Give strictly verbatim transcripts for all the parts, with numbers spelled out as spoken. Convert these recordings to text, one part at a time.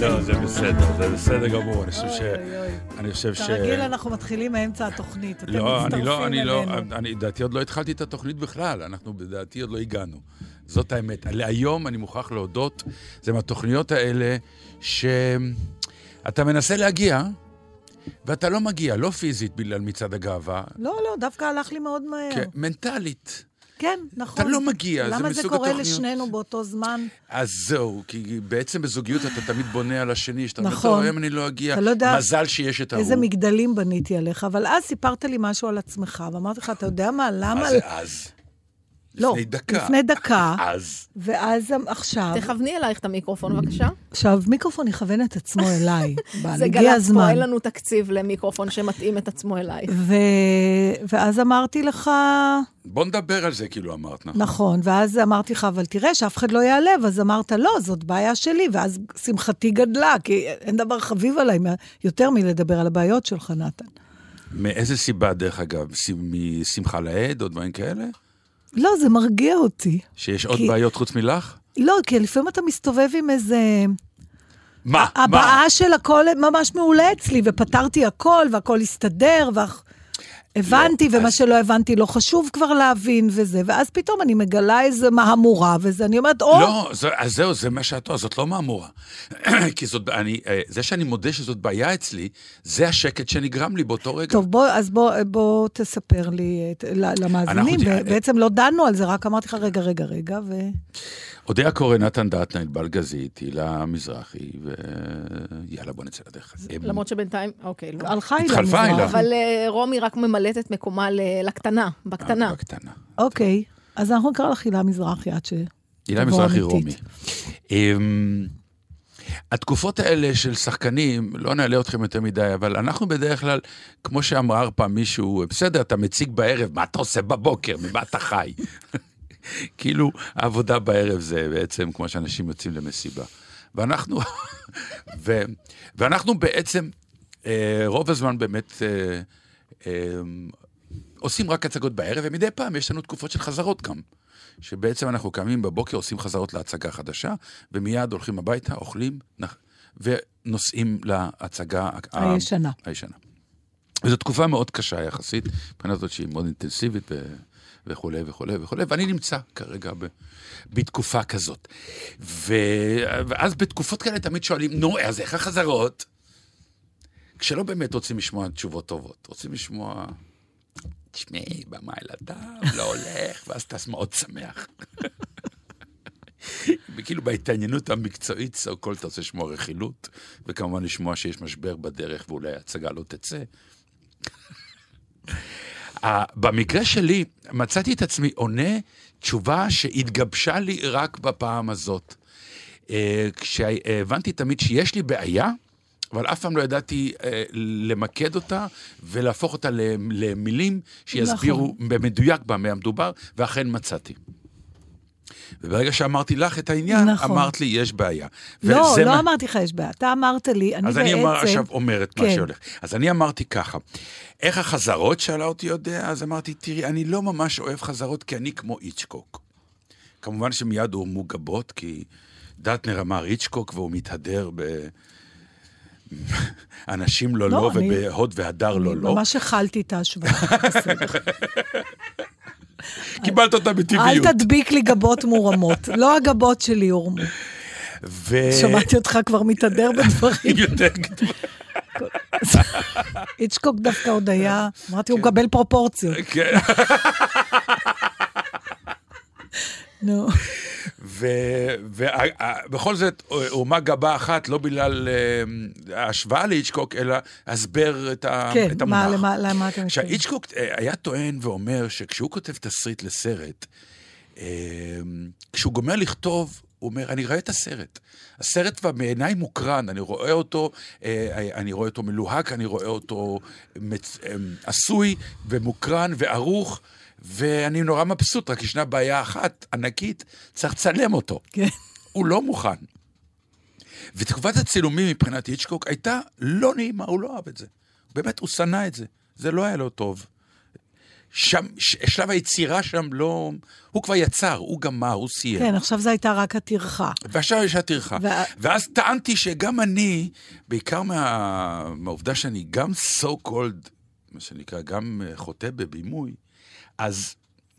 לא, זה בסדר, זה בסדר גמור. אני חושב ש... אני חושב ש... כרגיל אנחנו מתחילים מאמצע התוכנית. לא, אני לא, אני לא, אני, דעתי עוד לא התחלתי את התוכנית בכלל. אנחנו בדעתי עוד לא הגענו. זאת האמת. היום אני מוכרח להודות, זה מהתוכניות האלה שאתה מנסה להגיע, ואתה לא מגיע, לא פיזית בגלל מצד הגאווה. לא, לא, דווקא הלך לי מאוד מהר. כן, מנטלית. כן, נכון. אתה לא מגיע, זה מסוג התוכניות. למה זה קורה לשנינו באותו זמן? אז זהו, כי בעצם בזוגיות אתה תמיד בונה על השני, שאתה נכון. אומר, היום אני לא אגיע, לא מזל שיש את ההוא. איזה מגדלים בניתי עליך, אבל אז סיפרת לי משהו על עצמך, ואמרתי לך, אתה יודע מה, למה... מה זה אז? לא, לפני דקה. לפני דקה. אז. ואז עכשיו... תכווני אלייך את המיקרופון, בבקשה. עכשיו, מיקרופון יכוון את עצמו אליי. זה גלץ פה, אין לנו תקציב למיקרופון שמתאים את עצמו אליי. ו... ואז אמרתי לך... בוא נדבר על זה, כאילו אמרת, נכון. נכון, ואז אמרתי לך, אבל תראה שאף אחד לא יעלב, אז אמרת, לא, זאת בעיה שלי, ואז שמחתי גדלה, כי אין דבר חביב עליי יותר מלדבר על הבעיות שלך, נתן. מאיזה סיבה, דרך אגב? משמחה לעד או דברים כאלה? לא, זה מרגיע אותי. שיש עוד בעיות חוץ מלך? לא, כי לפעמים אתה מסתובב עם איזה... מה? הבעה של הכל ממש מעולה אצלי, ופתרתי הכל, והכל הסתדר, והבנתי, ומה שלא הבנתי לא חשוב כבר להבין, וזה, ואז פתאום אני מגלה איזה מהמורה, וזה, אני אומרת, או... לא, אז זהו, זה מה שאת, זאת לא מהמורה. כי זאת, אני, זה שאני מודה שזאת בעיה אצלי, זה השקט שנגרם לי באותו רגע. טוב, בוא, אז בוא, בוא תספר לי, למאזינים, בעצם לא דנו על זה, רק אמרתי לך, רגע, רגע, רגע, ו... הודיע קורא נתן דטנאי, בלגזית, הילה מזרחי, ויאללה, בוא נצא לדרך. למרות שבינתיים, אוקיי, לא. הלכה הילה מזרחי. אבל רומי רק ממלאת את מקומה לקטנה, בקטנה. בקטנה. אוקיי, אז אנחנו נקרא לך הילה מזרחי, עד ש... הילה מזרחי רומי. התקופות האלה של שחקנים, לא נעלה אתכם יותר מדי, אבל אנחנו בדרך כלל, כמו שאמר פעם מישהו, בסדר, אתה מציג בערב, מה אתה עושה בבוקר, ממה אתה חי? כאילו, העבודה בערב זה בעצם כמו שאנשים יוצאים למסיבה. ואנחנו, ו, ואנחנו בעצם, אה, רוב הזמן באמת, אה, אה, עושים רק הצגות בערב, ומדי פעם יש לנו תקופות של חזרות גם. שבעצם אנחנו קמים בבוקר, עושים חזרות להצגה חדשה, ומיד הולכים הביתה, אוכלים, ונוסעים להצגה הישנה. הישנה. וזו תקופה מאוד קשה יחסית, מבחינת זאת שהיא מאוד אינטנסיבית, ו... וכו' וכו' וכו', ואני נמצא כרגע ב, בתקופה כזאת. ו, ואז בתקופות כאלה תמיד שואלים, נו, אז איך החזרות? כשלא באמת רוצים לשמוע תשובות טובות, רוצים לשמוע, תשמעי, במה אל אדם, לא הולך, ואז אתה מאוד שמח. וכאילו בהתעניינות המקצועית, סו כל אתה רוצה לשמוע רכילות, וכמובן לשמוע שיש משבר בדרך, ואולי הצגה לא תצא. במקרה שלי, מצאתי את עצמי עונה תשובה שהתגבשה לי רק בפעם הזאת. כשהבנתי תמיד שיש לי בעיה, אבל אף פעם לא ידעתי למקד אותה, ולהפוך אותה למילים שיסבירו במדויק במה המדובר, ואכן מצאתי. וברגע שאמרתי לך את העניין, נכון. אמרת לי, יש בעיה. לא, לא מה... אמרתי לך, יש בעיה. אתה אמרת לי, אני אז בעצם... אז אני אמר, עכשיו אומרת כן. מה שהולך. אז אני אמרתי ככה, איך החזרות שאלה אותי יודע? אז אמרתי, תראי, אני לא ממש אוהב חזרות, כי אני כמו איצ'קוק. כמובן שמיד הוא מוגבות, כי דטנר אמר איצ'קוק, והוא מתהדר ב... אנשים לא לא, לא אני... ובהוד והדר לא לא. ממש החלתי את ההשוואה. קיבלת אותה בטבעיות. אל תדביק לי גבות מורמות. לא הגבות שלי הורמו. שמעתי אותך כבר מתהדר בדברים. יותר גדול. איצ'קוק דווקא עוד היה, אמרתי, הוא מקבל פרופורציות. כן. נו. ובכל זאת, אומה גבה אחת, לא בגלל ההשוואה לאיצ'קוק, אלא הסבר את המונח. כן, מה אתה מתכוון? שהאיצ'קוק היה טוען ואומר שכשהוא כותב תסריט לסרט, כשהוא גומר לכתוב, הוא אומר, אני רואה את הסרט. הסרט בעיניי מוקרן, אני רואה אותו, אני רואה אותו מלוהק, אני רואה אותו עשוי ומוקרן וערוך, ואני נורא מבסוט, רק ישנה בעיה אחת, ענקית, צריך לצלם אותו. כן. הוא לא מוכן. ותקופת הצילומים מבחינת איצ'קוק הייתה לא נעימה, הוא לא אהב את זה. באמת, הוא שנא את זה. זה לא היה לו טוב. שם, שלב היצירה שם לא... הוא כבר יצר, הוא גמר, הוא סיים. כן, עכשיו זה הייתה רק הטרחה. ועכשיו יש הטרחה. ו... ואז טענתי שגם אני, בעיקר מה... מהעובדה שאני גם so called, מה שנקרא, גם חוטא בבימוי, אז...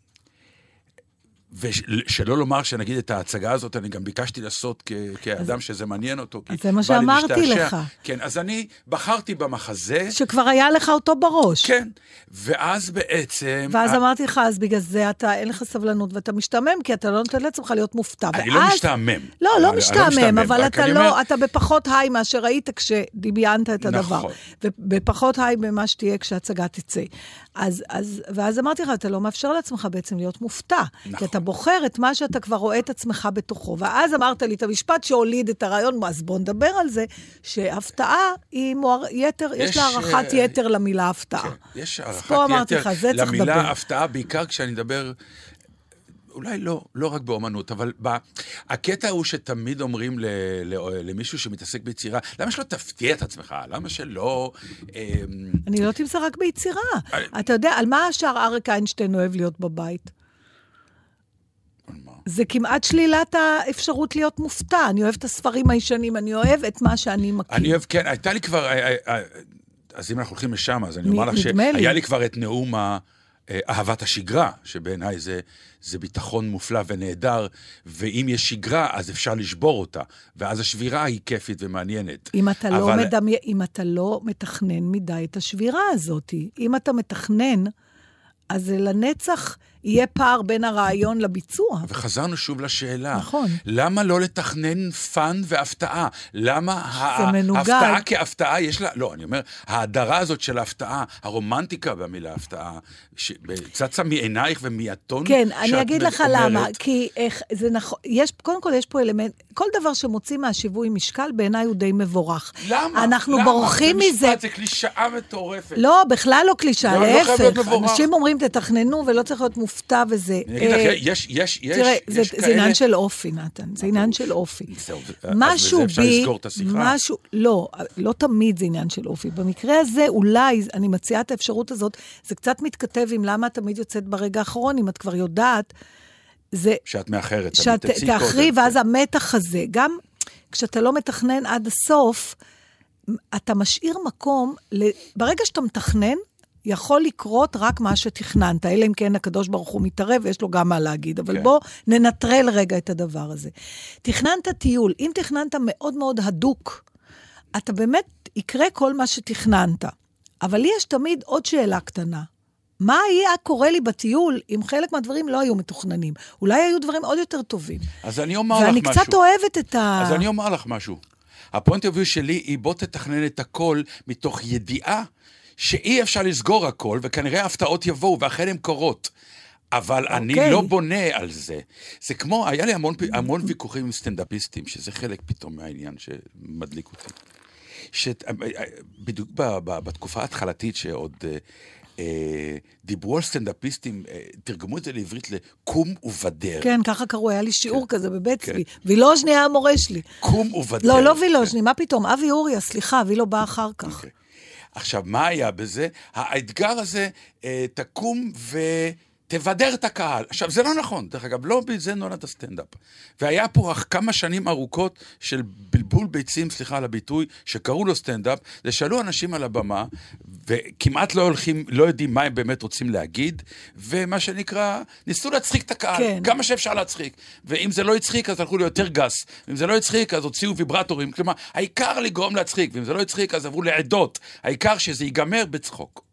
ושלא לומר שנגיד את ההצגה הזאת, אני גם ביקשתי לעשות כ- כאדם שזה מעניין אותו. אז זה מה שאמרתי לך. כן, אז אני בחרתי במחזה. שכבר היה לך אותו בראש. כן, ואז בעצם... ואז אמרתי לך, אז בגלל זה אתה, אין לך סבלנות, ואתה משתמם, כי אתה לא נותן לעצמך להיות מופתע. אני לא משתעמם. לא, לא משתעמם, אבל אתה בפחות היי מאשר ראית כשדמיינת את הדבר. נכון. ובפחות היי במה שתהיה כשהצגה תצא. אז, אז, ואז אמרתי לך, אתה לא מאפשר לעצמך בעצם להיות מופתע. נכון. כי אתה בוחר את מה שאתה כבר רואה את עצמך בתוכו. ואז אמרת לי את המשפט שהוליד את הרעיון, אז בוא נדבר על זה, שהפתעה היא מואר, יתר, יש, יש לה הערכת uh, יתר למילה הפתעה. כן, יש הערכת יתר לך, למילה הפתעה, בעיקר כשאני מדבר... אולי לא, לא רק באומנות, אבל ב... הקטע הוא שתמיד אומרים ל... ל... למישהו שמתעסק ביצירה, למה שלא תפתיע את עצמך? למה שלא... אני לא תמצא רק ביצירה. אתה יודע, על מה השאר אריק איינשטיין אוהב להיות בבית? זה כמעט שלילת האפשרות להיות מופתע. אני אוהב את הספרים הישנים, אני אוהב את מה שאני מכיר. אני אוהב, כן, הייתה לי כבר... אז אם אנחנו הולכים לשם, אז אני אומר לך שהיה לי כבר את נאום ה... אהבת השגרה, שבעיניי זה, זה ביטחון מופלא ונהדר, ואם יש שגרה, אז אפשר לשבור אותה, ואז השבירה היא כיפית ומעניינת. אם אתה, אבל... לא מדמי... אם אתה לא מתכנן מדי את השבירה הזאת, אם אתה מתכנן, אז לנצח יהיה פער בין הרעיון לביצוע. וחזרנו שוב לשאלה. נכון. למה לא לתכנן פן והפתעה? למה ההפתעה כהפתעה יש לה... לא, אני אומר, ההדרה הזאת של ההפתעה, הרומנטיקה במילה הפתעה, צצה מעינייך ומהטון כן, אני אגיד לך למה. כי איך, זה נכון, יש, קודם כל יש פה אלמנט, כל דבר שמוציא מהשיווי משקל, בעיניי הוא די מבורך. למה? אנחנו בורחים מזה. זה קלישאה מטורפת. לא, בכלל לא קלישאה, להפך. אנשים אומרים, תתכננו ולא צריך להיות מופתע וזה. אני אגיד לך, יש, יש, יש, תראה, יש זה עניין של אופי, נתן, זה עניין של אופי. משהו בי, משהו, לא, לא תמיד זה עניין של אופי. במקרה הזה, אולי, אני מציעה את האפשרות הזאת, זה קצת מתכתב עם למה את תמיד יוצאת ברגע האחרון, אם את כבר יודעת, זה... שאת מאחרת, שאת תאחרי, ואז המתח הזה, גם כשאתה לא מתכנן עד הסוף, אתה משאיר מקום, ברגע שאתה מתכנן, יכול לקרות רק מה שתכננת, אלא אם כן הקדוש ברוך הוא מתערב, ויש לו גם מה להגיד, אבל כן. בוא ננטרל רגע את הדבר הזה. תכננת טיול, אם תכננת מאוד מאוד הדוק, אתה באמת יקרה כל מה שתכננת, אבל לי יש תמיד עוד שאלה קטנה. מה היה קורה לי בטיול אם חלק מהדברים לא היו מתוכננים? אולי היו דברים עוד יותר טובים. אז אני אומר לך משהו. ואני קצת אוהבת את ה... אז אני אומר לך משהו. הפוינט אוף ויו שלי היא בוא תתכנן את הכל מתוך ידיעה שאי אפשר לסגור הכל, וכנראה ההפתעות יבואו, ואכן הן קורות. אבל okay. אני לא בונה על זה. זה כמו, היה לי המון, המון ויכוחים עם סטנדאפיסטים, שזה חלק פתאום מהעניין שמדליק אותי. בדיוק בתקופה ההתחלתית שעוד אה, דיברו על סטנדאפיסטים, אה, תרגמו את זה לעברית לקום ובדר. כן, ככה קראו, היה לי שיעור כן, כזה בבית כן. צבי. וילוז'ני היה המורה שלי. קום ובדר. לא, לא וילוז'ני, כן. מה פתאום? אבי אוריה, סליחה, וילו בא אחר כך. Okay. עכשיו, מה היה בזה? האתגר הזה, אה, תקום ותבדר את הקהל. עכשיו, זה לא נכון, דרך אגב, לא בזה נולד הסטנדאפ. והיה פה כמה שנים ארוכות של בלבול ביצים, סליחה על הביטוי, שקראו לו סטנדאפ, זה שאלו אנשים על הבמה, וכמעט לא הולכים, לא יודעים מה הם באמת רוצים להגיד, ומה שנקרא, ניסו להצחיק את הקהל, כן. כמה שאפשר להצחיק. ואם זה לא יצחיק, אז הלכו ליותר גס. ואם זה לא יצחיק, אז הוציאו ויברטורים. כלומר, העיקר לגרום להצחיק, ואם זה לא יצחיק, אז עברו לעדות. העיקר שזה ייגמר בצחוק.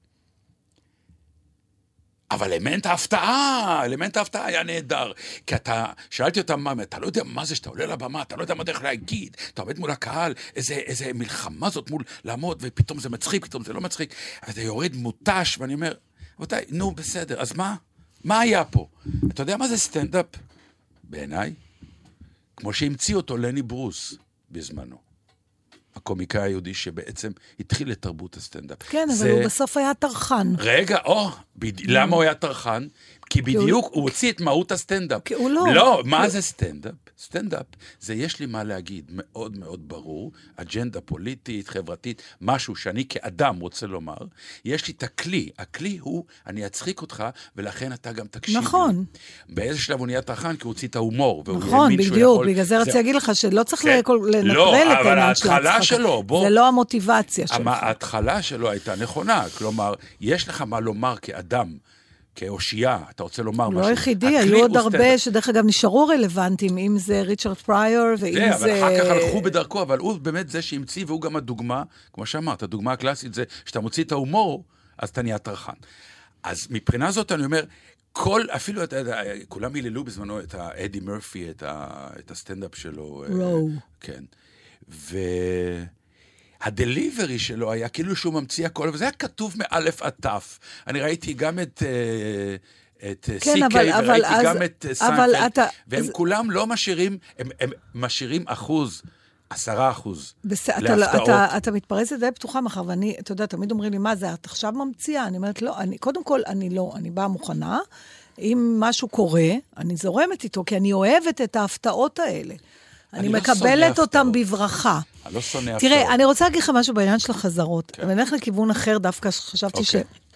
אבל אלמנט ההפתעה, אלמנט ההפתעה היה נהדר. כי אתה, שאלתי אותם מה, אתה לא יודע מה זה שאתה עולה לבמה, אתה לא יודע מה דרך להגיד, אתה עומד מול הקהל, איזה, איזה מלחמה זאת מול לעמוד, ופתאום זה מצחיק, פתאום זה לא מצחיק, ואתה יורד מוטש, ואני אומר, רבותיי, נו, בסדר, אז מה? מה היה פה? אתה יודע מה זה סטנדאפ? בעיניי, כמו שהמציא אותו לני ברוס בזמנו. הקומיקאי היהודי שבעצם התחיל את תרבות הסטנדאפ. כן, אבל זה... הוא בסוף היה תרחן. רגע, או, בד... למה הוא היה תרחן? כי בדיוק הוא הוציא את מהות הסטנדאפ. כי הוא לא. לא, מה זה סטנדאפ? סטנדאפ זה יש לי מה להגיד מאוד מאוד ברור, אג'נדה פוליטית, חברתית, משהו שאני כאדם רוצה לומר, יש לי את הכלי, הכלי הוא, אני אצחיק אותך, ולכן אתה גם תקשיב. נכון. באיזה שלב הוא נהיה טרחן, כי הוא הוציא את ההומור, נכון, בדיוק, בגלל זה רציתי להגיד לך שלא צריך לנטרל את העניין של ההצחקה. זה לא המוטיבציה שלך. ההתחלה שלו הייתה נכונה, כלומר, יש לך מה לומר כאדם, כאושייה, אתה רוצה לומר משהו. לא יחידי, היו עוד הרבה שדרך אגב נשארו רלוונטיים, אם זה ריצ'רד פרייר, ואם זה... אבל אחר כך הלכו בדרכו, אבל הוא באמת זה שהמציא, והוא גם הדוגמה, כמו שאמרת, הדוגמה הקלאסית זה, שאתה מוציא את ההומור, אז אתה נהיה טרחן. אז מבחינה זאת אני אומר, כל, אפילו, כולם היללו בזמנו את אדי מרפי, את הסטנדאפ שלו. רואו. כן. ו... הדליברי שלו היה כאילו שהוא ממציא הכל, וזה היה כתוב מאלף עד תף. אני ראיתי גם את, את כן, סי קיי, אבל, וראיתי אבל, גם אז, את סיינפלד, אתה, והם אז... כולם לא משאירים, הם, הם משאירים אחוז, עשרה אחוז, בס... להפתעות. אתה, אתה, אתה מתפרץ את זה פתוחה מחר, ואני, אתה יודע, תמיד אומרים לי, מה זה, את עכשיו ממציאה? אני אומרת, לא, אני, קודם כל, אני לא, אני באה מוכנה, אם משהו קורה, אני זורמת איתו, כי אני אוהבת את ההפתעות האלה. אני, אני מקבלת לא אותם בברכה. אני לא שונא הפתעות. תראה, אני רוצה להגיד לך משהו בעניין של החזרות. כן. ואני הולך לכיוון אחר, דווקא חשבתי okay. ש...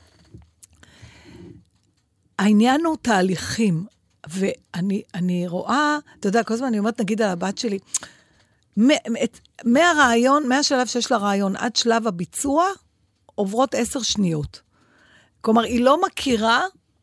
העניין הוא תהליכים, ואני אני רואה, אתה יודע, כל הזמן אני אומרת, נגיד על הבת שלי, מהרעיון, מהשלב שיש לה רעיון, עד שלב הביצוע, עוברות עשר שניות. כלומר, היא לא מכירה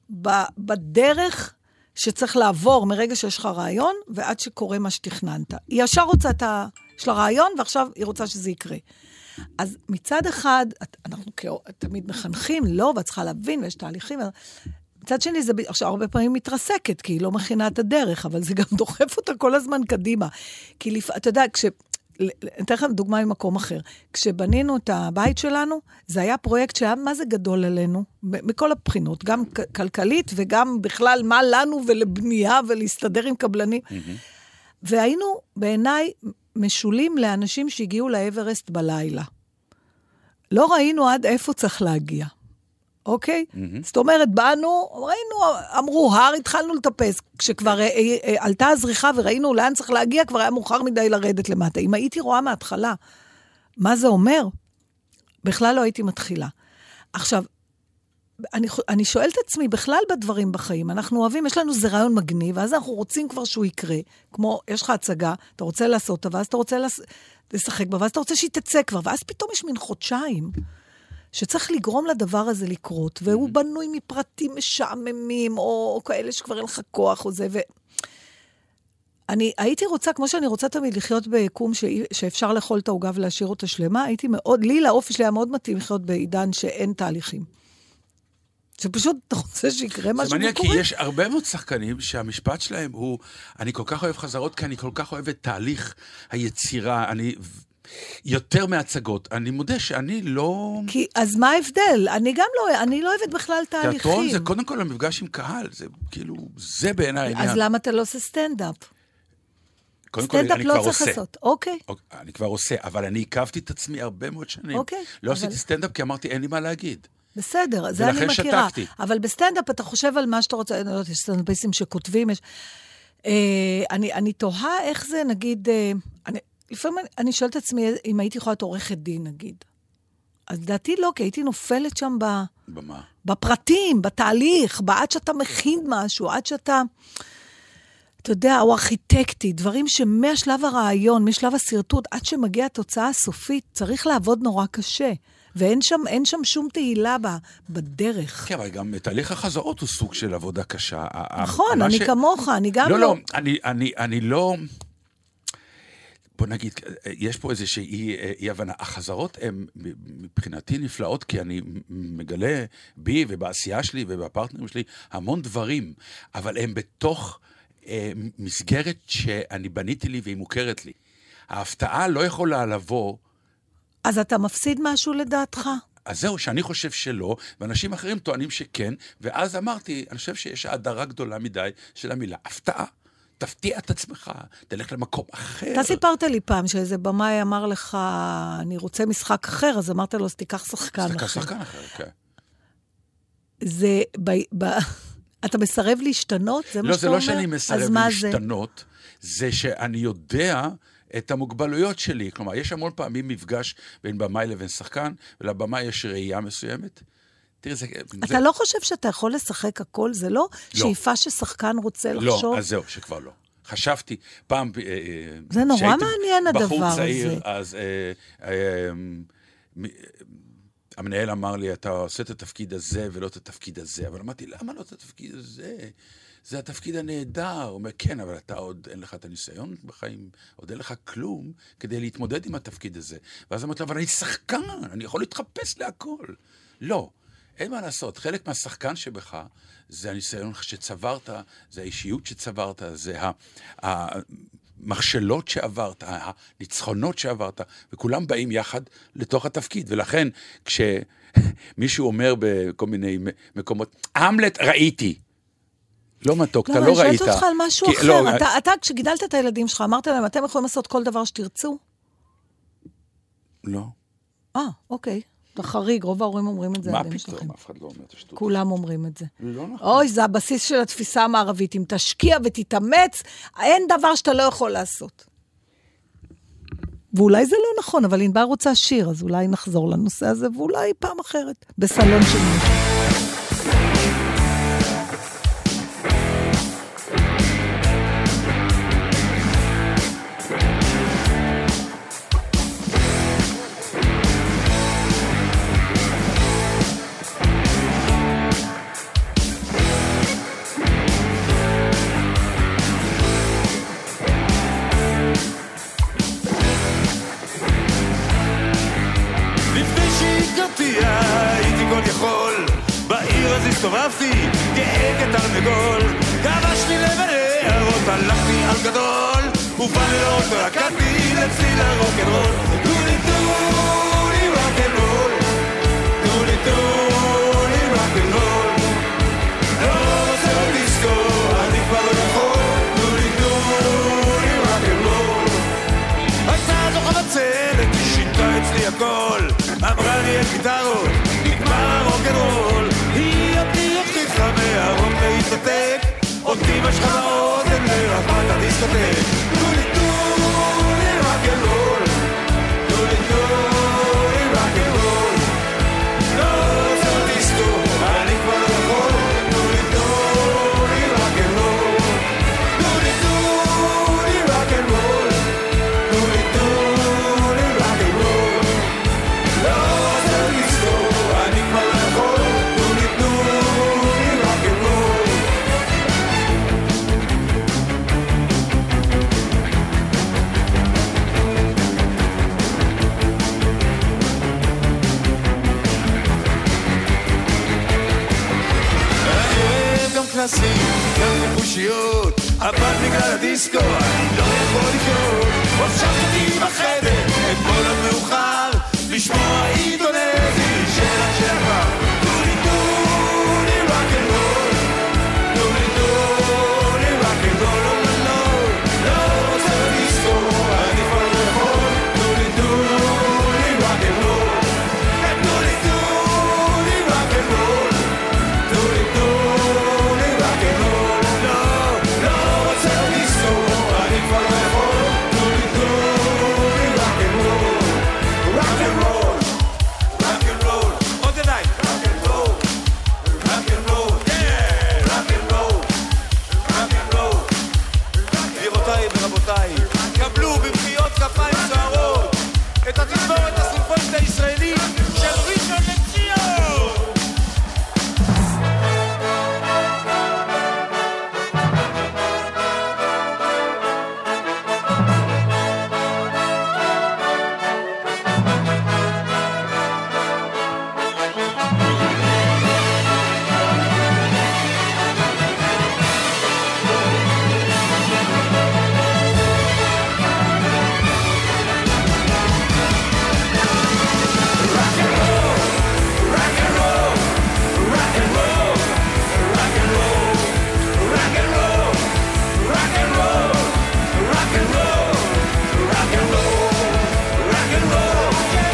בדרך שצריך לעבור מרגע שיש לך רעיון, ועד שקורה מה שתכננת. היא ישר רוצה את ה... יש לה רעיון, ועכשיו היא רוצה שזה יקרה. אז מצד אחד, אנחנו תמיד מחנכים, לא, ואת צריכה להבין, ויש תהליכים, מצד שני, זה עכשיו הרבה פעמים מתרסקת, כי היא לא מכינה את הדרך, אבל זה גם דוחף אותה כל הזמן קדימה. כי לפ... אתה יודע, כש... אני אתן לכם דוגמה ממקום אחר. כשבנינו את הבית שלנו, זה היה פרויקט שהיה מה זה גדול עלינו, מכל הבחינות, גם כלכלית וגם בכלל מה לנו ולבנייה ולהסתדר עם קבלנים. והיינו בעיניי משולים לאנשים שהגיעו לאברסט בלילה. לא ראינו עד איפה צריך להגיע. אוקיי? זאת אומרת, באנו, ראינו, אמרו, הר, התחלנו לטפס, כשכבר עלתה הזריחה וראינו לאן צריך להגיע, כבר היה מאוחר מדי לרדת למטה. אם הייתי רואה מההתחלה, מה זה אומר? בכלל לא הייתי מתחילה. עכשיו, אני, אני שואלת עצמי, בכלל בדברים בחיים, אנחנו אוהבים, יש לנו זה רעיון מגניב, ואז אנחנו רוצים כבר שהוא יקרה, כמו, יש לך הצגה, אתה רוצה לעשות אותה, ואז אתה רוצה לשחק בה, ואז אתה רוצה שהיא תצא כבר, ואז פתאום יש מין חודשיים, שצריך לגרום לדבר הזה לקרות, והוא בנוי מפרטים משעממים, או, או כאלה שכבר אין לך כוח, או זה, ו... אני הייתי רוצה, כמו שאני רוצה תמיד לחיות ביקום ש... שאפשר לאכול את העוגה ולהשאיר אותה שלמה, הייתי מאוד, לי לאופי שלי היה מאוד מתאים לחיות בעידן שאין תהליכים. שפשוט אתה רוצה שיקרה משהו. זה מעניין, כי יש הרבה מאוד שחקנים שהמשפט שלהם הוא, אני כל כך אוהב חזרות, כי אני כל כך אוהב את תהליך היצירה, אני... יותר מהצגות. אני מודה שאני לא... כי, אז מה ההבדל? אני גם לא, אני לא אוהבת בכלל תהליכים. תיאטרון זה קודם כל המפגש עם קהל, זה כאילו, זה בעיניי העניין. אז למה אתה לא עושה סטנדאפ? קודם כל, אני כבר עושה. סטנדאפ לא צריך לעשות, אוקיי. אני כבר עושה, אבל אני עיכבתי את עצמי הרבה מאוד שנים. אוקיי. לא עשיתי סטנדאפ כי אמרתי, אין לי מה להגיד. בסדר, זה אני מכירה. אבל בסטנדאפ אתה חושב על מה שאתה רוצה, אני לא יודעת, יש סטנדאפיסטים שכותבים, יש... אני תוהה איך זה, נגיד, לפעמים אני שואלת עצמי אם הייתי יכולה להיות עורכת דין, נגיד. אז דעתי לא, כי הייתי נופלת שם ב... במה? בפרטים, בתהליך, עד שאתה מכין משהו, עד שאתה, אתה יודע, או ארכיטקטי, דברים שמהשלב הרעיון, משלב הסרטוט, עד שמגיע התוצאה הסופית, צריך לעבוד נורא קשה. ואין שם, אין שם שום תהילה ב, בדרך. כן, אבל גם תהליך החזרות הוא סוג של עבודה קשה. נכון, אני ש... כמוך, אני גם לא... לא, לא, אני, אני, אני לא... בוא נגיד, יש פה איזושהי אי, אי הבנה. החזרות הן מבחינתי נפלאות, כי אני מגלה בי ובעשייה שלי ובפרטנרים שלי המון דברים, אבל הם בתוך אה, מסגרת שאני בניתי לי והיא מוכרת לי. ההפתעה לא יכולה לבוא... אז אתה מפסיד משהו לדעתך? אז זהו, שאני חושב שלא, ואנשים אחרים טוענים שכן, ואז אמרתי, אני חושב שיש הדרה גדולה מדי של המילה הפתעה. תפתיע את עצמך, תלך למקום אחר. אתה סיפרת לי פעם שאיזה במאי אמר לך, אני רוצה משחק אחר, אז אמרת לו, אז תיקח שחקן אחר. תיקח שחקן אחר, כן. זה, ב, ב, אתה מסרב להשתנות? זה מה לא, שאתה זה אומר? לא שאני אז מסרב מה זה? להשתנות, זה שאני יודע את המוגבלויות שלי. כלומר, יש המון פעמים מפגש בין במאי לבין שחקן, ולבמאי יש ראייה מסוימת. תראי, זה... אתה זה... לא חושב שאתה יכול לשחק הכל? זה לא, לא. שאיפה ששחקן רוצה לחשוב? לא, אז זהו, שכבר לא. חשבתי, פעם... זה נורא מעניין הדבר הזה. בחור צעיר, אז... אה, אה, המנהל אמר לי, אתה עושה את התפקיד הזה ולא את התפקיד הזה, אבל אמרתי, למה לא את התפקיד הזה? זה התפקיד הנהדר. הוא אומר, כן, אבל אתה עוד אין לך את הניסיון בחיים, עוד אין לך כלום כדי להתמודד עם התפקיד הזה. ואז אמרתי לו, אבל אני שחקן, אני יכול להתחפש להכל. לא, אין מה לעשות. חלק מהשחקן שבך, זה הניסיון שצברת, זה האישיות שצברת, זה המכשלות שעברת, הניצחונות שעברת, וכולם באים יחד לתוך התפקיד. ולכן, כשמישהו אומר בכל מיני מקומות, המלט ראיתי, לא מתוק, אתה לא ראית. לא, אני שואלת אותך על משהו כי, אחר. לא, אתה, אתה, כשגידלת את הילדים שלך, אמרת להם, אתם יכולים לעשות כל דבר שתרצו? לא. אה, אוקיי. אתה חריג, רוב ההורים אומרים את זה. מה פתאום? אף אחד לא אומר את השטות. כולם אומרים את זה. לא נכון. אוי, זה הבסיס של התפיסה המערבית. אם תשקיע ותתאמץ, אין דבר שאתה לא יכול לעשות. ואולי זה לא נכון, אבל ענבר רוצה שיר, אז אולי נחזור לנושא הזה, ואולי פעם אחרת, בסלון שלי. הסתובבתי, גאה כתרנגול, כבש לי לב הערות, הלכתי על גדול, ובא לראות רקדתי לצליל הרוקנרול. דולי דולי רוקנרול, דולי דולי רוקנרול, לא רוצה עוד לזכור, אני כבר לא יכול, דולי דולי רוקנרול. הייתה זו חבצלת, היא שינתה אצלי הכל, אמרה לי את גיטרות, נגמר הרוקנרול. מהרוק להתנתק, אותי משכה לאוזן לרחבת הדיסקוטק. דולי דולי רוקנרול, דולי דולי רוקנרול, לא רוצה עוד דיסקו, אני כבר לא יכול. דולי דולי רוקנרול, דולי דולי רוקנרול, דולי דולי רוקנרול, לא רוצה עוד דיסקו, אני כבר לא יכול. גם חושיות, אבל בגלל הדיסקו אני לא יכול לחיות. הושבתי בחדר אתמול עד מאוחר לשמוע אינדונזי של השפע. דולי דולי רוקנרול, דולי דולי רוקנרול, לא לא לא רוצה דיסקו, אני כבר לא יכול. דולי דולי רוקנרול, דולי דולי רוקנרול, דולי דולי קבלו במחיאות כפיים סוערות את התזמורת הסימפונית הישראלית של ראשון לציון. Rock and roll,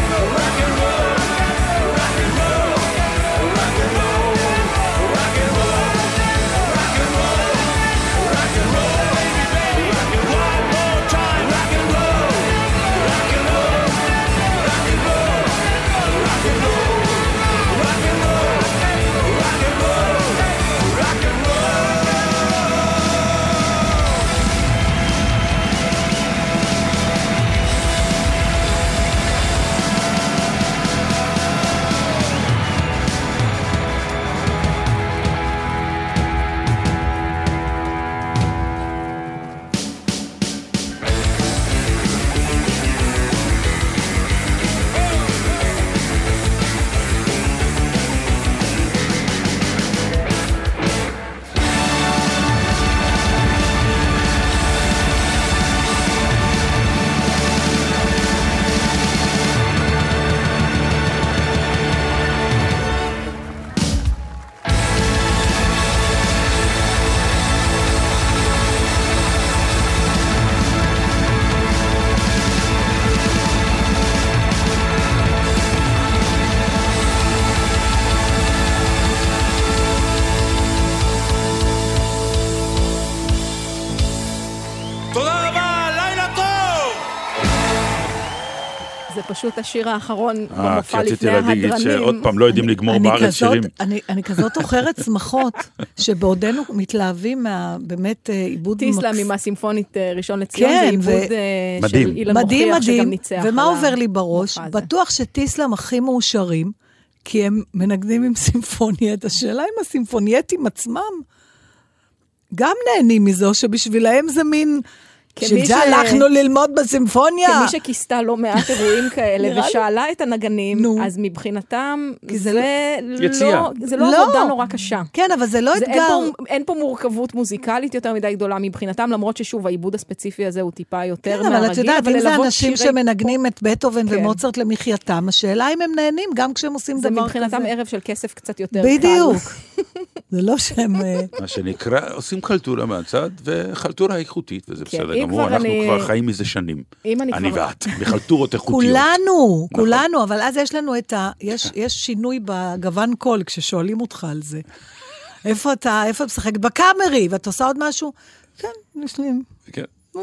זה פשוט השיר האחרון אה, במופע כי רציתי לפני להגיד ההדרנים. שעוד פעם לא יודעים לגמור אני בארץ כזאת- שירים. אני, אני כזאת אוכרת שמחות, שבעודנו מתלהבים מה, באמת, אה, עיבוד טיסלה מקס- מהסימפונית אה, ראשון לציון, כן, זה עיבוד ו- אה, מדהים. של אילן מדהים, מוכיח, שגם מדהים. ניצח. ומה על עובר לי בראש? המופע הזה. בטוח שטיסלם הכי מאושרים, כי הם מנגנים עם סימפונייט. השאלה אם הסימפונייטים עצמם גם נהנים מזה, או שבשבילהם זה מין... כמי שזה ש- הלכנו ללמוד בסימפוניה. כמי שכיסתה לא מעט אירועים כאלה, נראה לי- ושאלה את הנגנים, נו. אז מבחינתם, כי זה זה יציאה. לא, זה לא לא. עבודה נורא קשה. כן, אבל זה לא זה אין, אתגר. פה, אין פה מורכבות מוזיקלית יותר מדי גדולה מבחינתם, למרות ששוב, העיבוד הספציפי הזה הוא טיפה יותר כן, מהרגיל. אבל את יודעת, אם זה ללוות אנשים שירי שמנגנים את בטהובן כן. ומוצרט למחייתם, השאלה אם הם נהנים גם כשהם עושים זה דבר מבחינתם כזה. ערב של כסף קצת יותר קל. בדיוק. זה לא שהם... אה, מה שנקרא, עושים חלטורה מהצד, וחלטורה איכותית, וזה כן, בסדר אם גמור, כבר אנחנו אני- כבר חיים מזה שנים. אם אני אני כבר- ואת, בחלטורות איכותיות. כולנו, נכון. כולנו, אבל אז יש לנו את ה... יש, יש שינוי בגוון קול כששואלים אותך על זה. איפה אתה, איפה אתה משחק? בקאמרי, ואתה עושה עוד משהו? כן, יש לי... כן.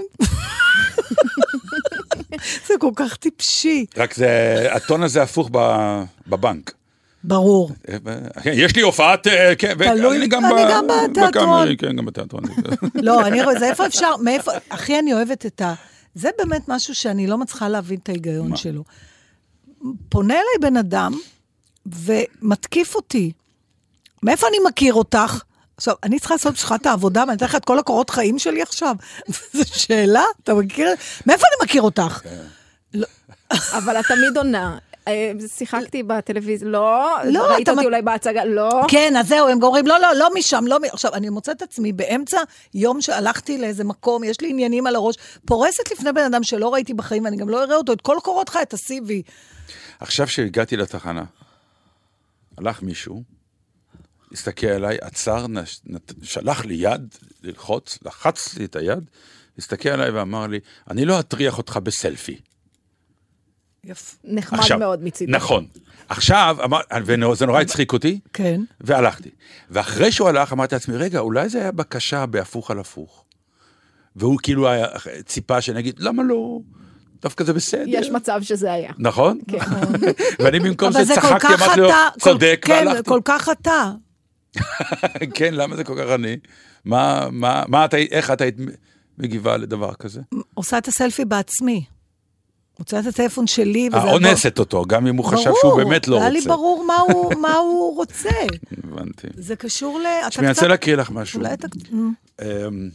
זה כל כך טיפשי. רק זה, הטון הזה הפוך ב- בבנק. ברור. כן, יש לי הופעת, אה, כן, תלוי, ואני גם אני ב- גם בתיאטרון. בקאמרי, כן, גם בתיאטרון. לא, אני רואה, זה איפה אפשר, מאיפה, הכי אני אוהבת את ה... זה באמת משהו שאני לא מצליחה להבין את ההיגיון מה? שלו. פונה אליי בן אדם, ומתקיף אותי. מאיפה אני מכיר אותך? עכשיו, אני צריכה לעשות בשבילך את העבודה, ואני אתן לך את כל הקורות חיים שלי עכשיו. זו שאלה, אתה מכיר? מאיפה אני מכיר אותך? אבל את תמיד עונה. אה, שיחקתי בטלוויזיה, לא, לא, ראית אתה אותי מ- אולי בהצגה, לא. כן, אז זהו, הם אומרים, לא, לא, לא משם, לא מ... עכשיו, אני מוצאת את עצמי באמצע יום שהלכתי לאיזה מקום, יש לי עניינים על הראש, פורסת לפני בן אדם שלא ראיתי בחיים, ואני גם לא אראה אותו, את כל קורות לך, את ה-סי וי. עכשיו שהגעתי לתחנה, הלך מישהו, הסתכל עליי, עצר, נש- נת- שלח לי יד ללחוץ, לחץ לי את היד, הסתכל עליי ואמר לי, אני לא אטריח אותך בסלפי. יפה. נחמד עכשיו, מאוד מצידו. נכון. עכשיו, אמר, וזה נורא הצחיק אותי, כן. והלכתי. ואחרי שהוא הלך, אמרתי לעצמי, רגע, אולי זה היה בקשה בהפוך על הפוך. והוא כאילו היה, ציפה שנגיד, למה לא? דווקא זה בסדר. יש מצב שזה היה. נכון? כן. ואני במקום אבל זה זה כל צחקתי, כך אמרתי לו, אתה, צודק, כל, כן, והלכתי. כל כך אתה. כן, למה זה כל כך עני? מה, מה, מה אתה, איך אתה היית מגיבה לדבר כזה? עושה את הסלפי בעצמי. מוצאה את הטלפון שלי, וזה... האונסת אותו, גם אם הוא חשב ברור, שהוא באמת לא היה לי רוצה. ברור מה הוא, מה הוא רוצה. הבנתי. זה קשור ל... אתה תשמעי, אני רוצה קצת- להקריא לך משהו. אולי אתה... אמ,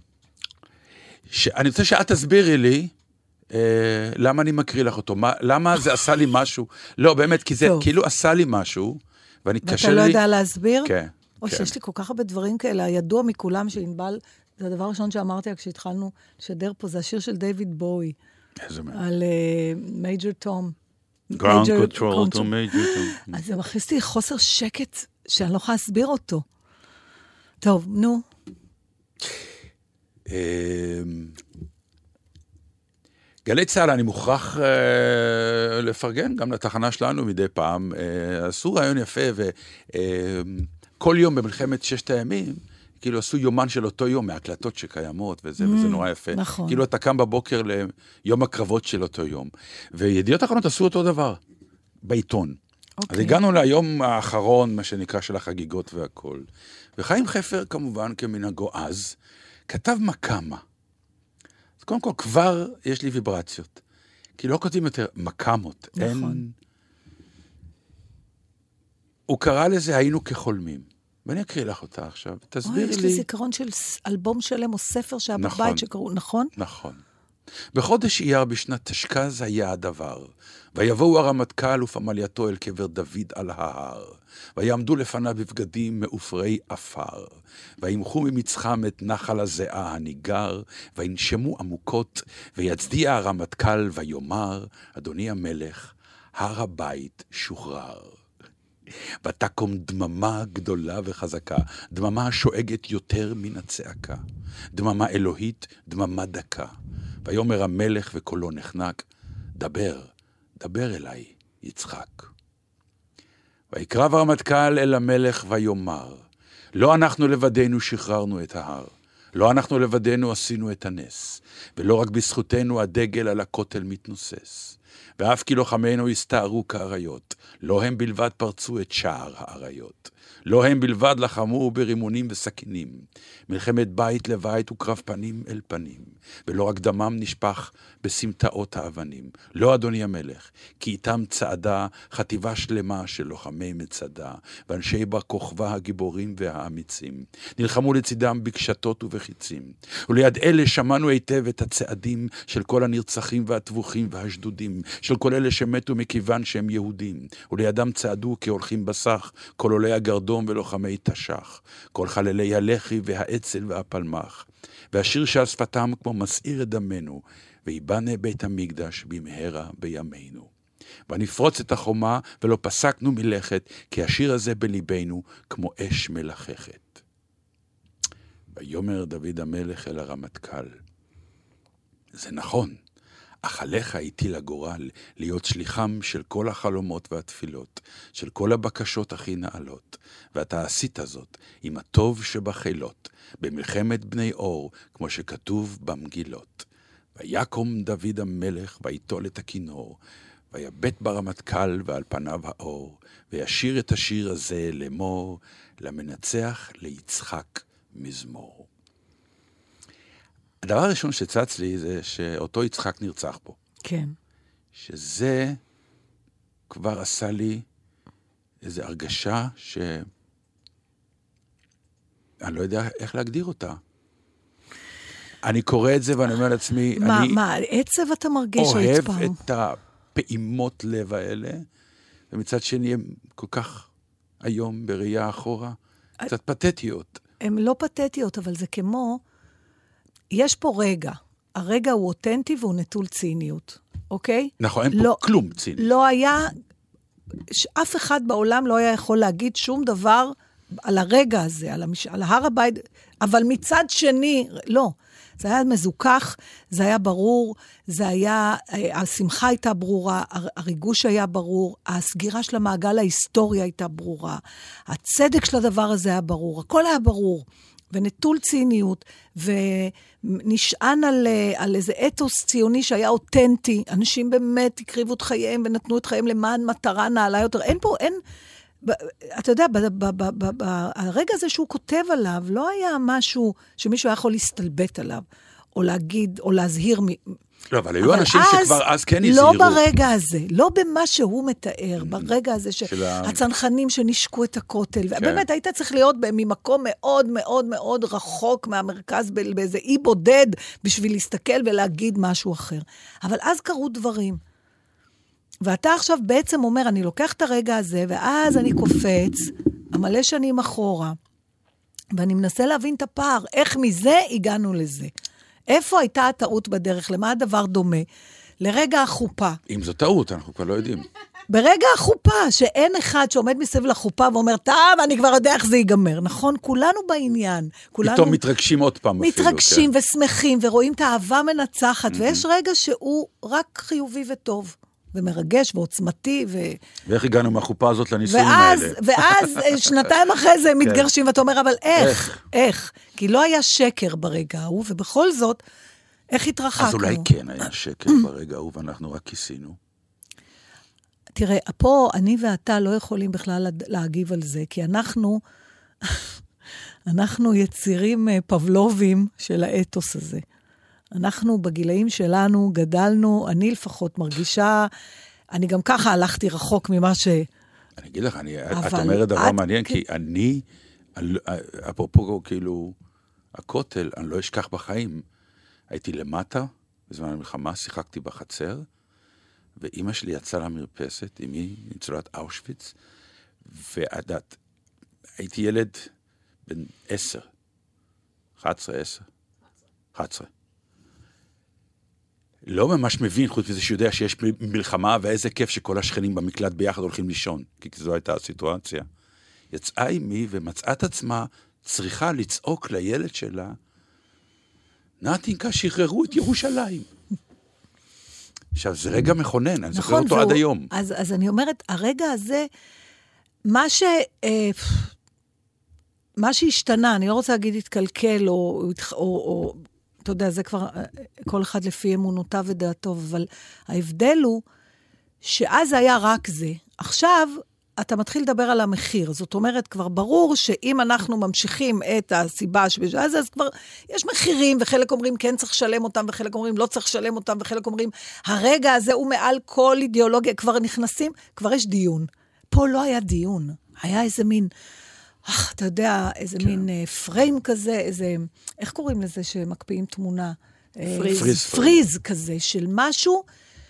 ש- אני רוצה שאת תסבירי לי אה, למה אני מקריא לך אותו, מה- למה זה עשה לי משהו. לא, באמת, כי זה טוב. כאילו עשה לי משהו, ואני קשה ואתה לי... לא יודע להסביר? כן, או כן. שיש לי כל כך הרבה דברים כאלה, הידוע מכולם שענבל, זה הדבר הראשון שאמרתי כשהתחלנו לשדר פה, זה השיר של דיוויד בואי, איזה מה. על מייג'ר תום. Ground control to major Tom. אז זה מכניס לי חוסר שקט שאני לא יכולה להסביר אותו. טוב, נו. אמ, גלי צהל, אני מוכרח אה, לפרגן גם לתחנה שלנו מדי פעם. אה, עשו רעיון יפה, וכל יום במלחמת ששת הימים, כאילו עשו יומן של אותו יום, מהקלטות שקיימות, וזה, וזה נורא יפה. נכון. כאילו אתה קם בבוקר ליום הקרבות של אותו יום. וידיעות אחרונות עשו אותו דבר, בעיתון. אז אוקיי. הגענו ליום האחרון, מה שנקרא, של החגיגות והכל. וחיים חפר, כמובן, כמנהגו אז, כתב מקמה. אז קודם כל, כבר יש לי ויברציות. כי לא כותבים יותר מקמות. נכון. אין... הוא קרא לזה, היינו כחולמים. ואני אקריא לך אותה עכשיו. אוי, תסבירי יש לי... לי זיכרון של ס- אלבום שלם או ספר שהיה נכון. בבית שקראו, נכון? נכון. בחודש אייר בשנת תשכ"ז היה הדבר. ויבואו הרמטכ"ל ופמלייתו אל קבר דוד על ההר. ויעמדו לפניו בבגדים מעופרי עפר. וימחו ממצחם את נחל הזיעה הניגר. וינשמו עמוקות. ויצדיע הרמטכ"ל ויאמר, אדוני המלך, הר הבית שוחרר. ותקום דממה גדולה וחזקה, דממה שואגת יותר מן הצעקה, דממה אלוהית, דממה דקה. ויאמר המלך וקולו נחנק, דבר, דבר אליי, יצחק. ויקרב הרמטכ"ל אל המלך ויאמר, לא אנחנו לבדנו שחררנו את ההר, לא אנחנו לבדנו עשינו את הנס, ולא רק בזכותנו הדגל על הכותל מתנוסס. ואף כי לוחמינו הסתערו כאריות, לא הם בלבד פרצו את שער האריות. לא הם בלבד לחמו ברימונים וסכינים, מלחמת בית לבית וקרב פנים אל פנים, ולא רק דמם נשפך בסמטאות האבנים. לא אדוני המלך, כי איתם צעדה חטיבה שלמה של לוחמי מצדה, ואנשי בר כוכבא הגיבורים והאמיצים. נלחמו לצידם בקשתות ובחיצים, וליד אלה שמענו היטב את הצעדים של כל הנרצחים והטבוחים והשדודים, של כל אלה שמתו מכיוון שהם יהודים, ולידם צעדו כהולכים בסך כל עולי הגרדום ולוחמי תשח, כל חללי הלחי והאצל והפלמח, והשיר שעל שפתם כמו מסעיר את דמנו, ויבנה בית המקדש במהרה בימינו. ונפרוץ את החומה ולא פסקנו מלכת, כי השיר הזה בליבנו כמו אש מלחכת. ויאמר דוד המלך אל הרמטכ"ל, זה נכון, אך עליך הטיל הגורל להיות שליחם של כל החלומות והתפילות, של כל הבקשות הכי נעלות, ואתה עשית זאת עם הטוב שבחילות, במלחמת בני אור, כמו שכתוב במגילות. ויקום דוד המלך ויטול את הכינור, ויבט ברמטכ"ל ועל פניו האור, וישיר את השיר הזה לאמור, למנצח ליצחק מזמור. הדבר הראשון שצץ לי זה שאותו יצחק נרצח פה. כן. שזה כבר עשה לי איזו הרגשה ש... אני לא יודע איך להגדיר אותה. אני קורא את זה ואני אומר לעצמי, מה, אני... מה, עצב אתה מרגיש אוהב או את הפעימות לב האלה, ומצד שני הם כל כך היום בראייה אחורה, קצת פתטיות. הן לא פתטיות, אבל זה כמו... יש פה רגע. הרגע הוא אותנטי והוא נטול ציניות, אוקיי? נכון, אין פה לא, כלום ציניות. לא היה... אף אחד בעולם לא היה יכול להגיד שום דבר על הרגע הזה, על, המש... על הר הבית, אבל מצד שני, לא. זה היה מזוכח, זה היה ברור, זה היה, השמחה הייתה ברורה, הריגוש היה ברור, הסגירה של המעגל ההיסטורי הייתה ברורה, הצדק של הדבר הזה היה ברור, הכל היה ברור, ונטול ציניות, ונשען על, על איזה אתוס ציוני שהיה אותנטי, אנשים באמת הקריבו את חייהם, ונתנו את חייהם למען מטרה נעלה יותר, אין פה, אין... אתה יודע, הרגע הזה שהוא כותב עליו, לא היה משהו שמישהו היה יכול להסתלבט עליו, או להגיד, או להזהיר. לא, אבל היו אנשים שכבר אז כן הזהירו. לא ברגע הזה, לא במה שהוא מתאר, ברגע הזה שהצנחנים שנשקו את הכותל, ובאמת היית צריך להיות ממקום מאוד מאוד מאוד רחוק מהמרכז, באיזה אי בודד, בשביל להסתכל ולהגיד משהו אחר. אבל אז קרו דברים. ואתה עכשיו בעצם אומר, אני לוקח את הרגע הזה, ואז אני קופץ, המלא שנים אחורה, ואני מנסה להבין את הפער, איך מזה הגענו לזה. איפה הייתה הטעות בדרך? למה הדבר דומה? לרגע החופה. אם זו טעות, אנחנו כבר לא יודעים. ברגע החופה, שאין אחד שעומד מסביב לחופה ואומר, טוב, אני כבר יודע איך זה ייגמר. נכון? כולנו בעניין. כולנו... פתאום מתרגשים עוד פעם. מתרגשים אפילו, כן. ושמחים, ורואים את האהבה מנצחת, mm-hmm. ויש רגע שהוא רק חיובי וטוב. ומרגש ועוצמתי. ו... ואיך הגענו מהחופה הזאת לניסויים האלה? ואז שנתיים אחרי זה הם מתגרשים, ואתה אומר, אבל איך? איך? כי לא היה שקר ברגע ההוא, ובכל זאת, איך התרחקנו? אז אולי כן היה שקר ברגע ההוא, ואנחנו רק כיסינו. תראה, פה אני ואתה לא יכולים בכלל להגיב על זה, כי אנחנו, אנחנו יצירים פבלובים של האתוס הזה. אנחנו בגילאים שלנו גדלנו, אני לפחות מרגישה, אני גם ככה הלכתי רחוק ממה ש... אני אגיד לך, אני, את אומרת דבר מעניין, כי אני, אפרופו כאילו, הכותל, אני לא אשכח בחיים. הייתי למטה, בזמן המלחמה, שיחקתי בחצר, ואימא שלי יצאה למרפסת, אמי ניצולת אושוויץ, ועדת, הייתי ילד בן עשר, אחת עשרה, עשר, אחת עשרה. לא ממש מבין, חוץ מזה שיודע שיש מלחמה, ואיזה כיף שכל השכנים במקלט ביחד הולכים לישון, כי זו הייתה הסיטואציה. יצאה אמי ומצאה את עצמה, צריכה לצעוק לילד שלה, נתינקה, שחררו את ירושלים. עכשיו, זה רגע מכונן, אני זוכר אותו עד היום. אז, אז אני אומרת, הרגע הזה, מה ש... אה, מה שהשתנה, אני לא רוצה להגיד התקלקל, או, או, או, אתה יודע, זה כבר כל אחד לפי אמונותיו ודעתו, אבל ההבדל הוא שאז היה רק זה. עכשיו, אתה מתחיל לדבר על המחיר. זאת אומרת, כבר ברור שאם אנחנו ממשיכים את הסיבה שבשאז, אז כבר יש מחירים, וחלק אומרים כן צריך לשלם אותם, וחלק אומרים לא צריך לשלם אותם, וחלק אומרים, הרגע הזה הוא מעל כל אידיאולוגיה, כבר נכנסים, כבר יש דיון. פה לא היה דיון. היה איזה מין, אך, אתה יודע, איזה כן. מין uh, פריים כזה, איזה, איך קוראים לזה שמקפיאים תמונה? פריז. פריז, פריז כזה, של משהו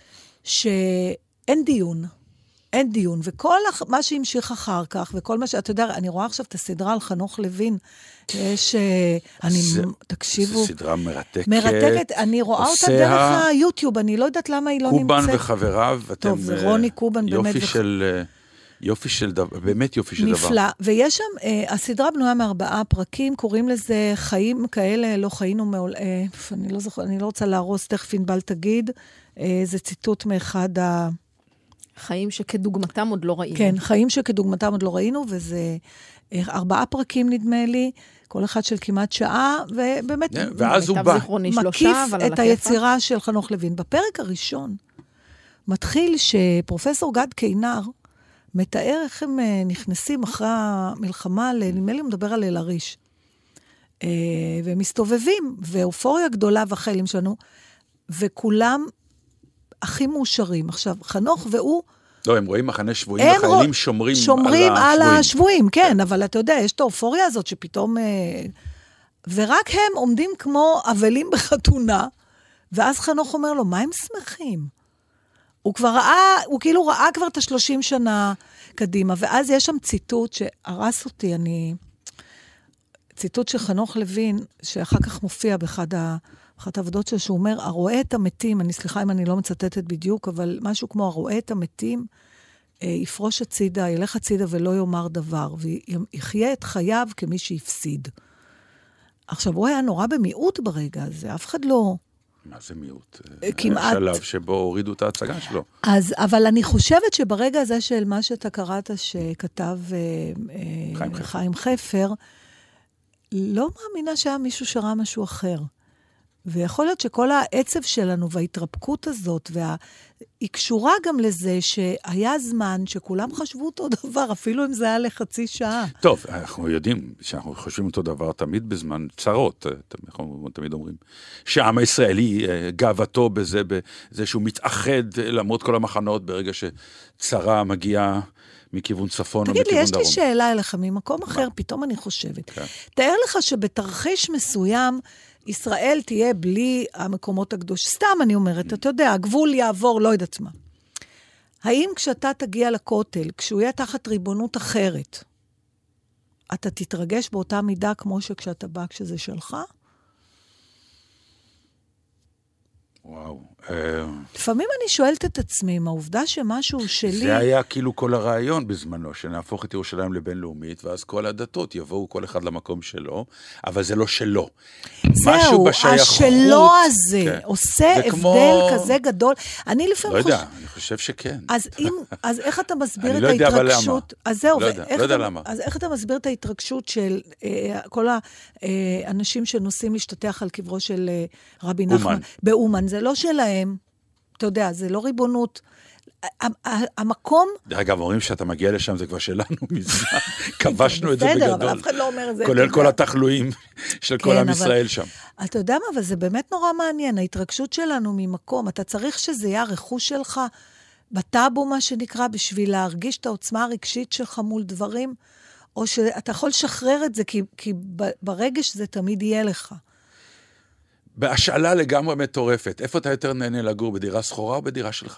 שאין דיון. אין דיון, וכל מה שהמשיך אחר כך, וכל מה שאתה יודע, אני רואה עכשיו את הסדרה על חנוך לוין, יש, אני, תקשיבו. זו סדרה מרתקת. מרתקת, אני רואה אותה דרך היוטיוב, אני לא יודעת למה היא לא נמצאת. קובן וחבריו, טוב, זה רוני קובן באמת. יופי של, יופי של דבר, באמת יופי של דבר. נפלא, ויש שם, הסדרה בנויה מארבעה פרקים, קוראים לזה חיים כאלה, לא חיינו מעול, אני לא זוכר, אני לא רוצה להרוס, תכף ענבל תגיד, זה ציטוט מאחד ה... חיים שכדוגמתם עוד לא ראינו. כן, חיים שכדוגמתם עוד לא ראינו, וזה ארבעה פרקים נדמה לי, כל אחד של כמעט שעה, ובאמת ואז הוא בא. מקיף את היצירה של חנוך לוין. בפרק הראשון מתחיל שפרופסור גד קינר מתאר איך הם נכנסים אחרי המלחמה, נדמה לי הוא מדבר על אל עריש, ומסתובבים, ואופוריה גדולה והחיילים שלנו, וכולם הכי מאושרים. עכשיו, חנוך והוא... לא, הם רואים מחנה שבועים, החיילים שומרים, שומרים על השבועים. על השבועים, כן, כן, אבל אתה יודע, יש את האופוריה הזאת שפתאום... ורק הם עומדים כמו אבלים בחתונה, ואז חנוך אומר לו, מה הם שמחים? הוא כבר ראה, הוא כאילו ראה כבר את השלושים שנה קדימה, ואז יש שם ציטוט שהרס אותי, אני... ציטוט של חנוך לוין, שאחר כך מופיע באחד ה... אחת העבודות שלו, שהוא אומר, הרואה את המתים, אני סליחה אם אני לא מצטטת בדיוק, אבל משהו כמו הרואה את המתים, יפרוש הצידה, ילך הצידה ולא יאמר דבר, ויחיה את חייו כמי שיפסיד. עכשיו, הוא היה נורא במיעוט ברגע הזה, אף אחד לא... מה זה מיעוט? כמעט... שלב שבו הורידו את ההצגה שלו. אז, אבל אני חושבת שברגע הזה של מה שאתה קראת, שכתב חיים חפר, חיים חפר לא מאמינה שהיה מישהו שראה משהו אחר. ויכול להיות שכל העצב שלנו וההתרפקות הזאת, וה... היא קשורה גם לזה שהיה זמן שכולם חשבו אותו דבר, אפילו אם זה היה לחצי שעה. טוב, אנחנו יודעים שאנחנו חושבים אותו דבר תמיד בזמן צרות, אנחנו תמיד אומרים, שהעם הישראלי גאוותו בזה, בזה שהוא מתאחד למרות כל המחנות, ברגע שצרה מגיעה מכיוון צפון או מכיוון דרום. תגיד לי, יש לי שאלה אליך, ממקום אחר, פתאום אני חושבת. תאר לך שבתרחיש מסוים, ישראל תהיה בלי המקומות הקדוש. סתם אני אומרת, אתה יודע, הגבול יעבור, לא יודעת מה. האם כשאתה תגיע לכותל, כשהוא יהיה תחת ריבונות אחרת, אתה תתרגש באותה מידה כמו שכשאתה בא כשזה שלך? וואו. לפעמים אני שואלת את עצמי, עם העובדה שמשהו שלי... זה היה כאילו כל הרעיון בזמנו, שנהפוך את ירושלים לבינלאומית, ואז כל הדתות יבואו כל אחד למקום שלו, אבל זה לא שלו. זהו, השלו הזה כן. עושה כמו... הבדל כזה גדול. אני לפעמים לא חושב... יודע, אני חושב שכן. אז, אם, אז איך אתה מסביר את לא ההתרגשות... אז זהו, לא יודע, לא יודע למה. אז איך אתה מסביר את ההתרגשות של אה, כל האנשים שנוסעים להשתתח על קברו של אה, רבי נחמן? באומן. זה לא שלהם, אתה יודע, זה לא ריבונות. המקום... דרך אגב, אומרים שאתה מגיע לשם, זה כבר שלנו מזמן. כבשנו את זה בגדול. בסדר, אבל אף אחד לא אומר את זה. כולל כל התחלואים של כל עם ישראל שם. אתה יודע מה, אבל זה באמת נורא מעניין, ההתרגשות שלנו ממקום, אתה צריך שזה יהיה הרכוש שלך, בטאבו מה שנקרא, בשביל להרגיש את העוצמה הרגשית שלך מול דברים, או שאתה יכול לשחרר את זה, כי, כי ברגש זה תמיד יהיה לך. בהשאלה לגמרי מטורפת. איפה אתה יותר נהנה לגור, בדירה סחורה או בדירה שלך?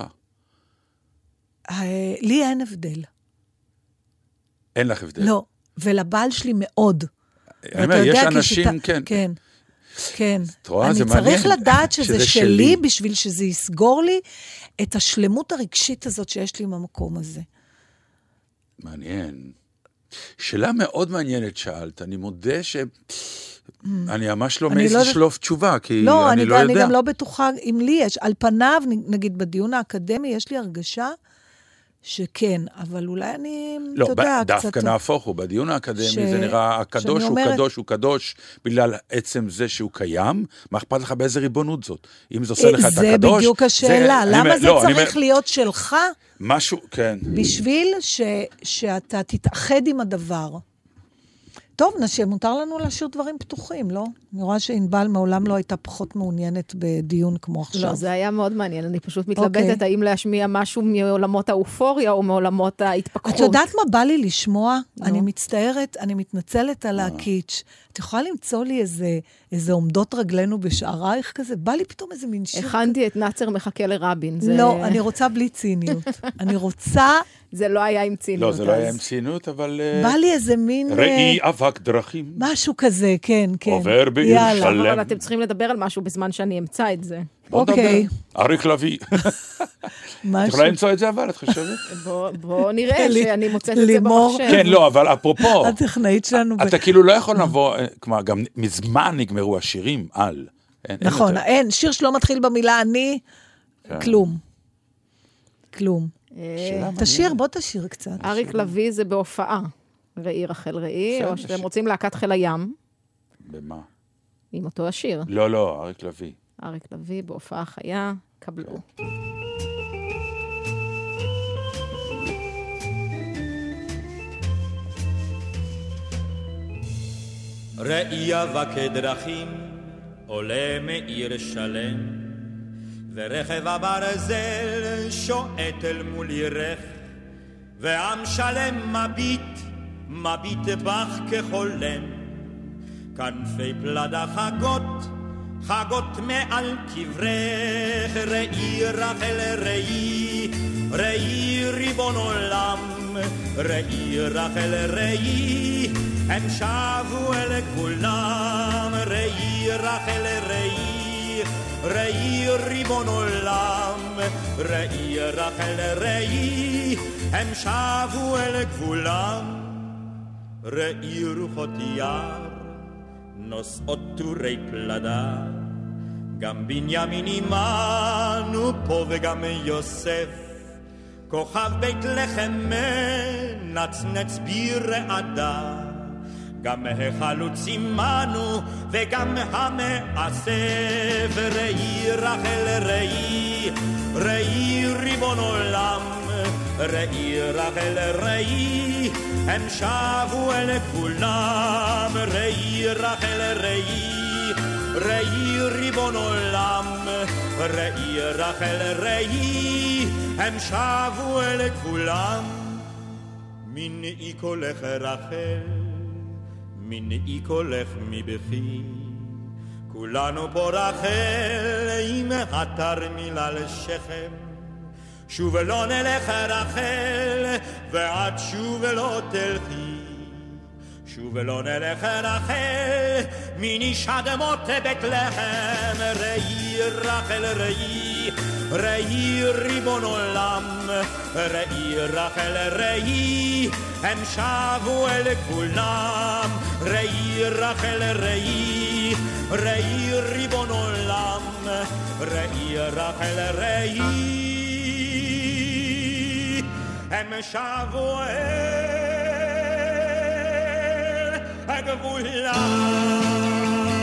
לי אין הבדל. אין לך הבדל? לא, ולבעל שלי מאוד. יש אנשים, כן. כן, כן. תרועה, זה מעניין. אני צריך לדעת שזה שלי, בשביל שזה יסגור לי את השלמות הרגשית הזאת שיש לי עם המקום הזה. מעניין. שאלה מאוד מעניינת שאלת. אני מודה ש... אני ממש לא מעז לשלוף תשובה, כי לא, אני אני, לא יודע. אני גם לא בטוחה, אם לי יש, על פניו, נגיד בדיון האקדמי, יש לי הרגשה שכן, אבל אולי אני, לא, אתה יודע, ב- דווקא קצת... נהפוך הוא, בדיון האקדמי ש- זה נראה, הקדוש הוא אומרת- קדוש, הוא קדוש, בגלל עצם זה שהוא קיים, מה אכפת לך באיזה ריבונות זאת? אם זה עושה לך את זה הקדוש... בדיוק השאלה, אני למה אומר- זה לא, אני צריך אומר, להיות שלך, משהו, כן. בשביל ש- שאתה תתאחד עם הדבר? טוב, נשאר, מותר לנו להשאיר דברים פתוחים, לא? אני רואה שענבל מעולם לא הייתה פחות מעוניינת בדיון כמו עכשיו. לא, זה היה מאוד מעניין, אני פשוט אוקיי. מתלבטת האם להשמיע משהו מעולמות האופוריה או מעולמות ההתפכחות. את יודעת מה בא לי לשמוע? אני מצטערת, אני מתנצלת על הקיץ'. את יכולה למצוא לי איזה, איזה עומדות רגלינו בשערייך כזה? בא לי פתאום איזה מין שיר. הכנתי את נאצר מחכה לרבין. זה... לא, אני רוצה בלי ציניות. אני רוצה, זה לא היה עם ציניות. לא, זה לא היה אז- עם ציניות, אבל... אה, בא לי איזה מין... ראי אה, אבק דרכים, משהו כזה, כן, כן. עובר בעיר יאללה. שלם. אבל אתם צריכים לדבר על משהו בזמן שאני אמצא את זה. בוא נדבר. אוקיי. אריק לביא. את משהו. יכולה למצוא את זה אבל, את חושבת? בוא, בוא נראה לי- שאני מוצאת את זה לימור. במחשב. כן, לא, אבל אפרופו, הטכנאית שלנו. ב- אתה כאילו לא יכול לבוא, אה, כלומר, גם מזמן נגמרו השירים על. אין- אין נכון, יותר. אין, שיר שלא מתחיל במילה אני, כן. כלום. כלום. אה, תשיר, בוא תשיר קצת. אריק לביא זה בהופעה. ראי רחל ראי, בסדר, או שאתם ש- רוצים להקת חיל הים, במה? עם אותו השיר. לא, לא, אריק לביא. אריק לביא בהופעה חיה, קבלו. ראי אבק דרכים עולה מעיר שלם ורכב הברזל שועט אל מול ירך ועם שלם מביט מביט בך כחולם כנפי פלדה חגות חגות מעל קברך ראי רחל ראי ראי ריבון עולם ראי רחל ראי הם שבו אל כולם ראי רחל ראי ראי ריבון עולם ראי רחל ראי הם שבו אל כולם ראי רוחות יער נושאות טורי פלדה גם בנימין עמנו פה וגם יוסף כוכב בית לחם נצנץ ברעדה גם החלוץ עמנו וגם המאסף ראי רחל ראי ראי ריבון עולם ראי רחל ראי הם שבו אל כולם ראי רחל ראי ראי ריבון עולם ראי רחל ראי הם שבו אל כולם מנעי קולך רחל מנעי קולך מבכי כולנו פה רחל עם התרמיל על שכם שוב לא נלך רחל ועד שוב לא תלכי שוב לא נלך רחל מנשעת מות בית לחם ראי רחל ראי ראי ריבון עולם ראי רחל ראי הם שבו אל כולם ראי רחל ראי ראי ריבון עולם ראי רחל ראי הם שבו אל הגבולם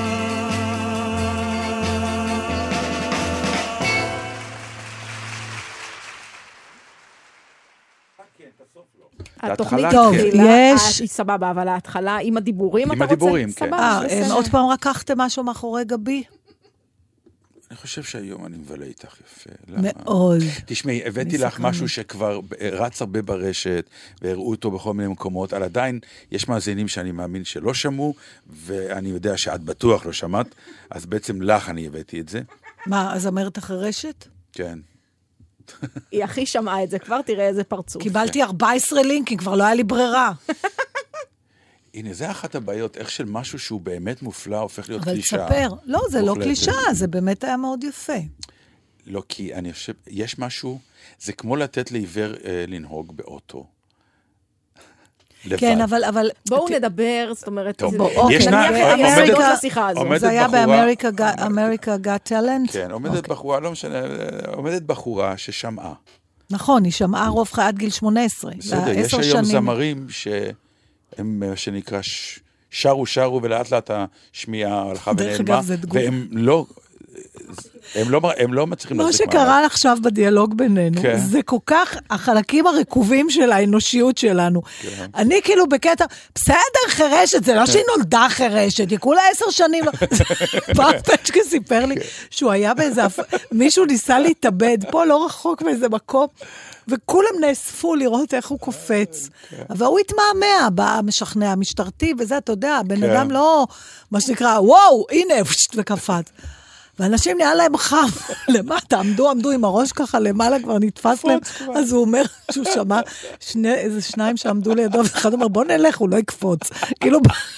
התוכנית ההתחלה, טוב, כן. התחילה, יש- אה, סבבה, אבל ההתחלה עם הדיבורים, עם אתה רוצה? הדיבורים, כן. סבבה, אה, בסדר. הם עוד פעם לקחתם משהו מאחורי גבי? אני חושב שהיום אני מבלה איתך יפה. למה? מאוד. תשמעי, הבאתי אני לך סקרנית. משהו שכבר רץ הרבה ברשת, והראו אותו בכל מיני מקומות, אבל עדיין יש מאזינים שאני מאמין שלא שמעו, ואני יודע שאת בטוח לא שמעת, אז בעצם לך אני הבאתי את זה. מה, אז אמרת החרשת? כן. היא הכי שמעה את זה, כבר תראה איזה פרצוף. קיבלתי ארבע עשרה לינקים, כבר לא היה לי ברירה. הנה, זה אחת הבעיות, איך של משהו שהוא באמת מופלא, הופך להיות אבל קלישה. תספר. לא, זה לא מוחלטת. קלישה, זה באמת היה מאוד יפה. לא, כי אני חושב, יש משהו, זה כמו לתת לעיוור אה, לנהוג באוטו. לבד. כן, אבל... אבל בואו נדבר, זאת אומרת, טוב, זה- בוא, אוקיי, ישנה- נניח עומדת- יש עדות לשיחה הזו. עומדת זה היה בחורה- באמריקה גאט טלנט? כן, עומדת בחורה, לא משנה, עומדת בחורה ששמעה. נכון, היא שמעה רוב חיי עד גיל שמונה עשרה. בסדר, יש היום זמרים שהם, מה שנקרא, שרו, שרו, ולאט לאט השמיעה הלכה ונעלמה, והם לא... הם לא, הם לא מצליחים מה להחזיק שקרה מעלה. עכשיו בדיאלוג בינינו, כן. זה כל כך החלקים הרקובים של האנושיות שלנו. כן. אני כאילו בקטע, בסדר חרשת, זה לא שהיא נולדה חרשת, היא כולה עשר שנים. פעם פצ'קה סיפר לי שהוא היה באיזה, מישהו ניסה להתאבד, פה לא רחוק מאיזה מקום, וכולם נאספו לראות איך הוא קופץ. אבל הוא התמהמה, בא משכנע המשטרתי, וזה, אתה יודע, בן אדם לא, מה שנקרא, וואו, הנה, וקפת. ואנשים נהיה להם חם, למטה, עמדו, עמדו עם הראש ככה למעלה, כבר נתפס להם, אז הוא אומר שהוא שמע איזה שניים שעמדו לידו, ואחד אומר, בוא נלך, הוא לא יקפוץ. כאילו,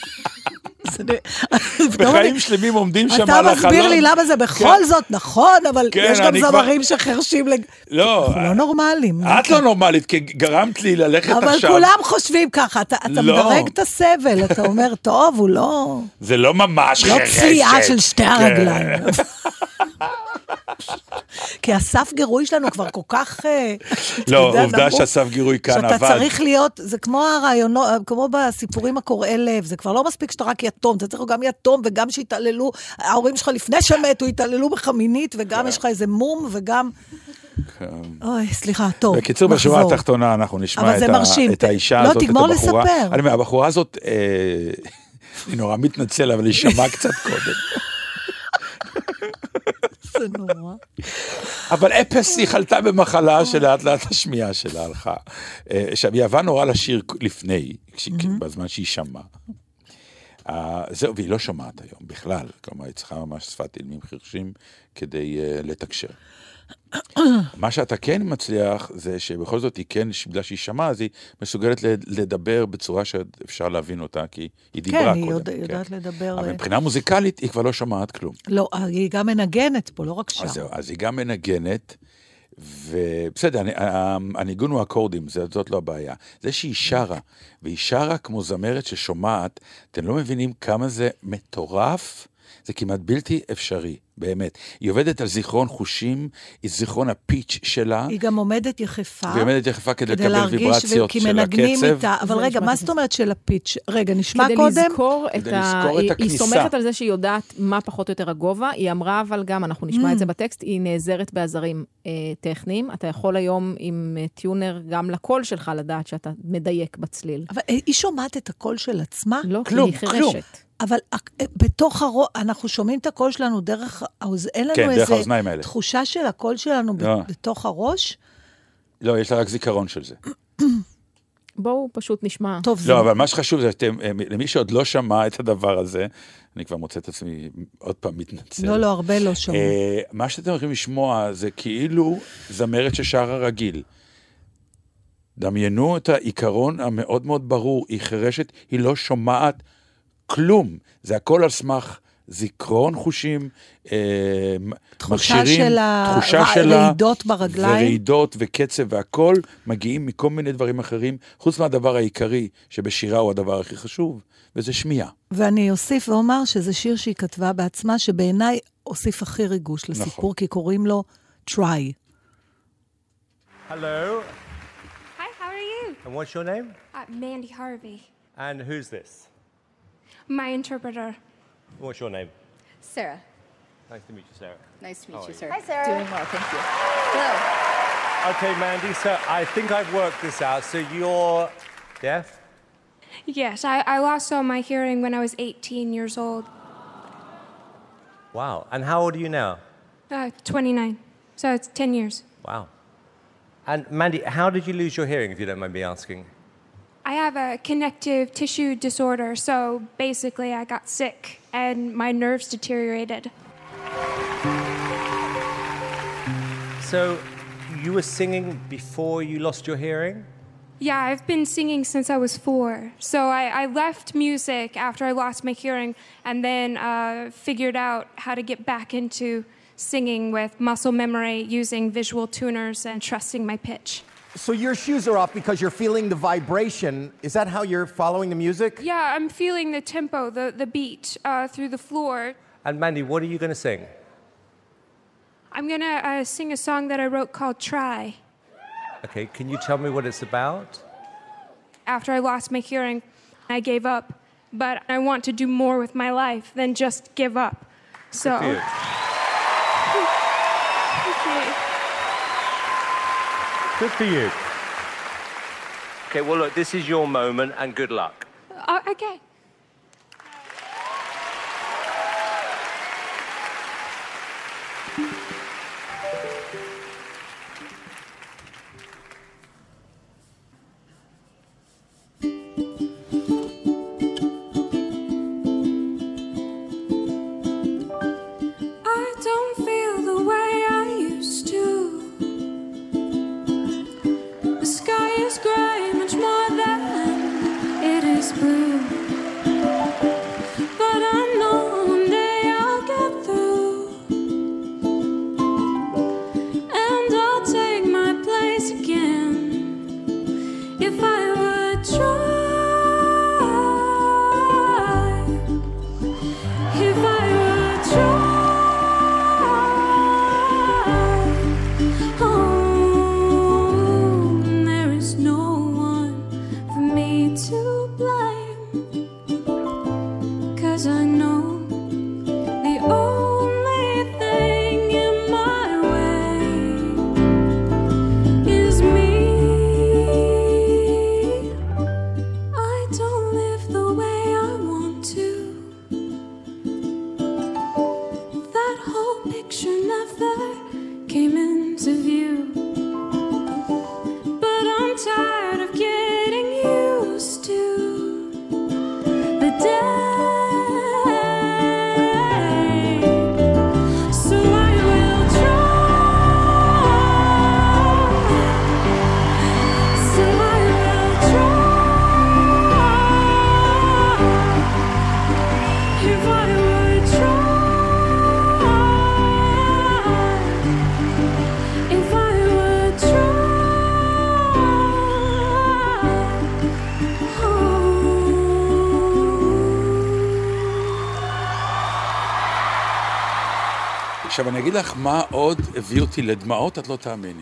בחיים שלמים עומדים שם על החלום. אתה מסביר לי למה זה בכל זאת נכון, אבל יש גם זמרים שחרשים, לא, לא נורמליים. את לא נורמלית, כי גרמת לי ללכת עכשיו. אבל כולם חושבים ככה, אתה מדרג את הסבל, אתה אומר, טוב, הוא לא... זה לא ממש חרשת. לא צליעה של שתי הרגליים. כי הסף גירוי שלנו כבר כל כך... לא, עובדה שהסף גירוי כאן עבד. שאתה צריך להיות, זה כמו הרעיונות, כמו בסיפורים הקוראי לב, זה כבר לא מספיק שאתה רק יתום, אתה צריך גם יתום וגם שהתעללו, ההורים שלך לפני שמתו, התעללו בך מינית, וגם יש לך איזה מום, וגם... אוי, סליחה, טוב. בקיצור, בשורה התחתונה אנחנו נשמע את האישה הזאת, לא, תגמור לספר. אני אומר, הבחורה הזאת, היא נורא מתנצל, אבל היא שמעה קצת קודם. זה נורא. אבל אפס היא חלתה במחלה שלאט לאט השמיעה שלה הלכה. עכשיו, היא אהבה נורא לשיר לפני, בזמן שהיא שמעה. זהו, והיא לא שומעת היום בכלל. כלומר, היא צריכה ממש שפת אילמים חרשים כדי לתקשר. מה שאתה כן מצליח זה שבכל זאת היא כן, בגלל שהיא שמעה, אז היא מסוגלת לדבר בצורה שאפשר להבין אותה, כי היא דיברה קודם. כן, היא יודעת לדבר. אבל מבחינה מוזיקלית היא כבר לא שומעת כלום. לא, היא גם מנגנת פה, לא רק שם. אז זהו, אז היא גם מנגנת, ובסדר, הניגון הוא אקורדים, זאת לא הבעיה. זה שהיא שרה, והיא שרה כמו זמרת ששומעת, אתם לא מבינים כמה זה מטורף, זה כמעט בלתי אפשרי, באמת. היא עובדת על זיכרון חושים, היא זיכרון הפיץ' שלה. היא גם עומדת יחפה. והיא עומדת יחפה כדי לקבל ויברציות של הקצב. איתה, אבל רגע, מה זאת אומרת של הפיץ'? רגע, נשמע קודם? כדי לזכור את הכניסה. היא סומכת על זה שהיא יודעת מה פחות או יותר הגובה. היא אמרה, אבל גם, אנחנו נשמע את זה בטקסט, היא נעזרת בעזרים טכניים. אתה יכול היום עם טיונר גם לקול שלך לדעת שאתה מדייק בצליל. אבל היא שומעת את הקול של עצמה? לא, כי היא חירשת. אבל בתוך הראש, אנחנו שומעים את הקול שלנו דרך, אין לנו כן, איזה תחושה של הקול שלנו לא. בתוך הראש? לא, יש לה רק זיכרון של זה. בואו פשוט נשמע. טוב, לא, זה... אבל מה שחשוב זה, שאתם, למי שעוד לא שמע את הדבר הזה, אני כבר מוצא את עצמי עוד פעם מתנצל. לא, לא, הרבה לא שמע. מה שאתם הולכים לשמוע זה כאילו זמרת ששרה רגיל. דמיינו את העיקרון המאוד מאוד ברור, היא חרשת, היא לא שומעת כלום, זה הכל על סמך זיכרון חושים, מכשירים, תחושה שלה, רעידות ברגליים. ורעידות וקצב והכל מגיעים מכל מיני דברים אחרים, חוץ מהדבר העיקרי שבשירה הוא הדבר הכי חשוב, וזה שמיעה. ואני אוסיף ואומר שזה שיר שהיא כתבה בעצמה, שבעיניי הוסיף הכי ריגוש לסיפור, נכון. כי קוראים לו Try. Hello. Hi, how are you? And what's your name? Uh, Mandy Harvey. And who's this? My interpreter. What's your name? Sarah. Nice to meet you, Sarah. Nice to meet How you, are sir. Hi, Sarah. Doing well, thank you. Hello. Okay, Mandy, so I think I've worked this out. So you're deaf? Yes, I, I lost all my hearing when I was eighteen years old. Wow. And how old are you now? Uh, twenty-nine. So it's ten years. Wow. And Mandy, how did you lose your hearing, if you don't mind me asking? I have a connective tissue disorder, so basically I got sick and my nerves deteriorated. So you were singing before you lost your hearing? Yeah, I've been singing since I was four. So I, I left music after I lost my hearing and then uh, figured out how to get back into singing with muscle memory, using visual tuners and trusting my pitch. So your shoes are off because you're feeling the vibration. Is that how you're following the music? Yeah, I'm feeling the tempo, the, the beat uh, through the floor. And Mandy, what are you going to sing? I'm going to uh, sing a song that I wrote called Try. Okay, can you tell me what it's about? After I lost my hearing, I gave up. But I want to do more with my life than just give up. So. Good for you. Okay. Good for you. Okay, well, look, this is your moment, and good luck. Uh, okay. עכשיו אני אגיד לך מה עוד הביא אותי לדמעות, את לא תאמיני.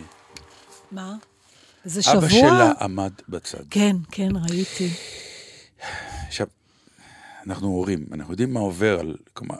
מה? זה שבוע? אבא שלה עמד בצד. כן, כן, ראיתי. עכשיו, אנחנו הורים, אנחנו יודעים מה עובר על, כלומר,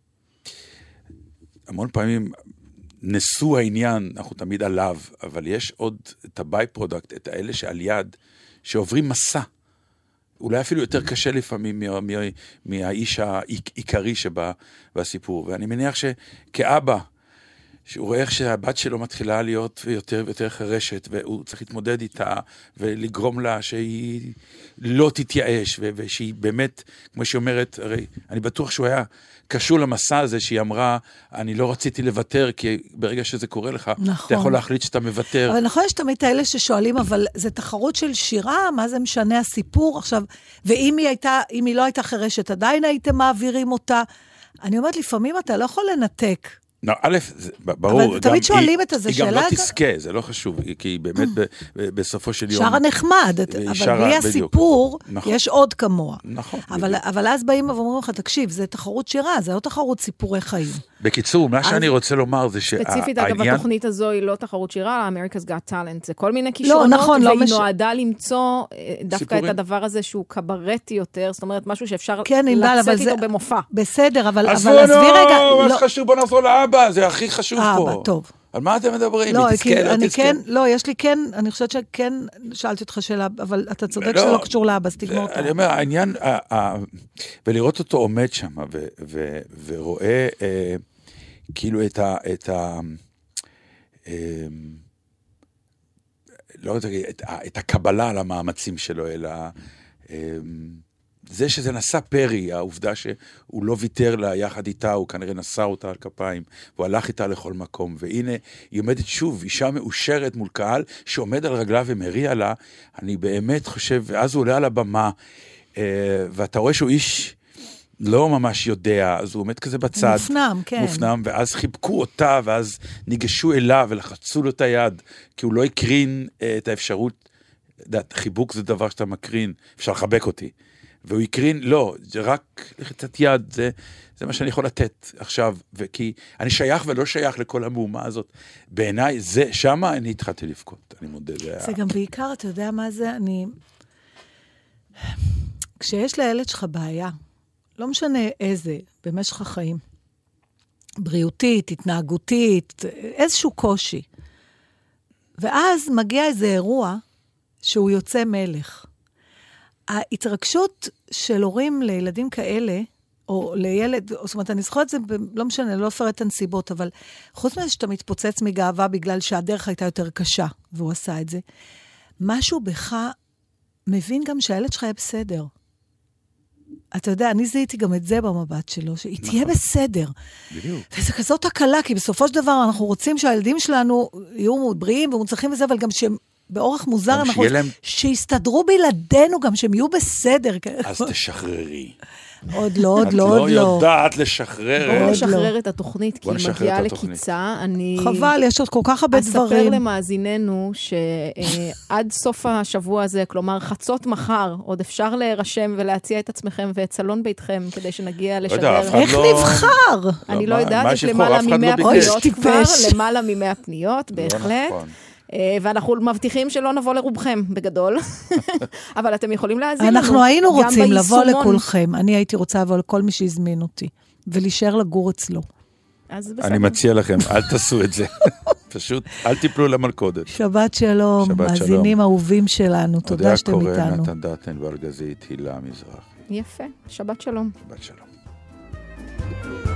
המון פעמים נשוא העניין, אנחנו תמיד עליו, אבל יש עוד את הביי פרודקט, את האלה שעל יד, שעוברים מסע. אולי אפילו יותר קשה לפעמים מה, מה, מהאיש העיקרי שבא בסיפור. ואני מניח שכאבא, שהוא רואה איך שהבת שלו מתחילה להיות יותר ויותר חרשת, והוא צריך להתמודד איתה, ולגרום לה שהיא לא תתייאש, ושהיא באמת, כמו שהיא אומרת, הרי אני בטוח שהוא היה קשור למסע הזה, שהיא אמרה, אני לא רציתי לוותר, כי ברגע שזה קורה לך, נכון. אתה יכול להחליט שאתה מוותר. אבל נכון, יש תמיד האלה ששואלים, אבל זה תחרות של שירה, מה זה משנה הסיפור? עכשיו, ואם היא הייתה, אם היא לא הייתה חרשת, עדיין הייתם מעבירים אותה. אני אומרת, לפעמים אתה לא יכול לנתק. לא, א', ברור, אבל תמיד שואלים את זה, היא גם לא תזכה, זה לא חשוב, כי היא באמת בסופו של יום... שרה נחמד, אבל בלי הסיפור, יש עוד כמוה. נכון. אבל אז באים ואומרים לך, תקשיב, זה תחרות שירה, זה לא תחרות סיפורי חיים. בקיצור, מה שאני רוצה לומר זה שהעניין... ספציפית, אגב, התוכנית הזו היא לא תחרות שירה, America's Got Talent, זה כל מיני כישרונות, והיא נועדה למצוא דווקא את הדבר הזה שהוא קברטי יותר, זאת אומרת, משהו שאפשר לצאת איתו במופע. בסדר, אבל עזבי רגע... מה חשוב, בוא נחזור לאבא, זה הכי חשוב פה. אבא, טוב. על מה אתם מדברים? לא, כי אני כן, לא, יש לי כן, אני חושבת שכן שאלתי אותך שאלה, אבל אתה צודק שזה לא קשור לאבא, אז תגמור אותו. אני אומר, העניין, ולראות אותו עומד שם, ורואה כאילו את ה... לא יודע, את הקבלה על המאמצים שלו, אלא... זה שזה נסע פרי, העובדה שהוא לא ויתר לה יחד איתה, הוא כנראה נסע אותה על כפיים, והוא הלך איתה לכל מקום, והנה היא עומדת שוב, אישה מאושרת מול קהל, שעומד על רגליו ומריע לה, אני באמת חושב, ואז הוא עולה על הבמה, ואתה רואה שהוא איש לא ממש יודע, אז הוא עומד כזה בצד. מופנם, כן. מופנם, ואז חיבקו אותה, ואז ניגשו אליו ולחצו לו את היד, כי הוא לא הקרין את האפשרות, חיבוק זה דבר שאתה מקרין, אפשר לחבק אותי. והוא יקרין, לא, זה רק לחיצת יד, זה, זה מה שאני יכול לתת עכשיו, וכי אני שייך ולא שייך לכל המהומה הזאת. בעיניי, זה, שמה אני התחלתי לבכות, אני מודה. זה, זה גם בעיקר, אתה יודע מה זה? אני... כשיש לילד שלך בעיה, לא משנה איזה, במשך החיים, בריאותית, התנהגותית, איזשהו קושי, ואז מגיע איזה אירוע שהוא יוצא מלך. ההתרגשות של הורים לילדים כאלה, או לילד, זאת אומרת, אני זוכרת את זה, לא משנה, לא אפרט את הנסיבות, אבל חוץ מזה שאתה מתפוצץ מגאווה בגלל שהדרך הייתה יותר קשה, והוא עשה את זה, משהו בך מבין גם שהילד שלך יהיה בסדר. אתה יודע, אני זיהיתי גם את זה במבט שלו, שהיא תהיה בסדר. בדיוק. וזה כזאת הקלה, כי בסופו של דבר אנחנו רוצים שהילדים שלנו יהיו בריאים ומוצלחים וזה, אבל גם שהם באורך מוזר, אנחנו רוצים שיסתדרו בלעדינו גם, שהם יהיו בסדר. אז תשחררי. עוד לא, עוד לא, עוד לא. את לא יודעת לשחרר. בואו נשחרר את התוכנית, כי היא מגיעה לקיצה. חבל, יש עוד כל כך הרבה דברים. אספר למאזיננו שעד סוף השבוע הזה, כלומר חצות מחר, עוד אפשר להירשם ולהציע את עצמכם ואת סלון ביתכם, כדי שנגיע לשדר. איך נבחר? אני לא יודעת, יש למעלה ממאה פניות כבר, למעלה ממאה פניות, בהחלט. ואנחנו מבטיחים שלא נבוא לרובכם בגדול, אבל אתם יכולים להזין לנו. אנחנו היינו רוצים לבוא לכולכם, אני הייתי רוצה לבוא לכל מי שהזמין אותי, ולהישאר לגור אצלו. אני מציע לכם, אל תעשו את זה. פשוט, אל תיפלו למלכודת. שבת שלום, מאזינים אהובים שלנו, תודה שאתם איתנו. אודיה קורן, נתן דטן וארגזית, הילה מזרחי. יפה, שבת שלום. שבת שלום.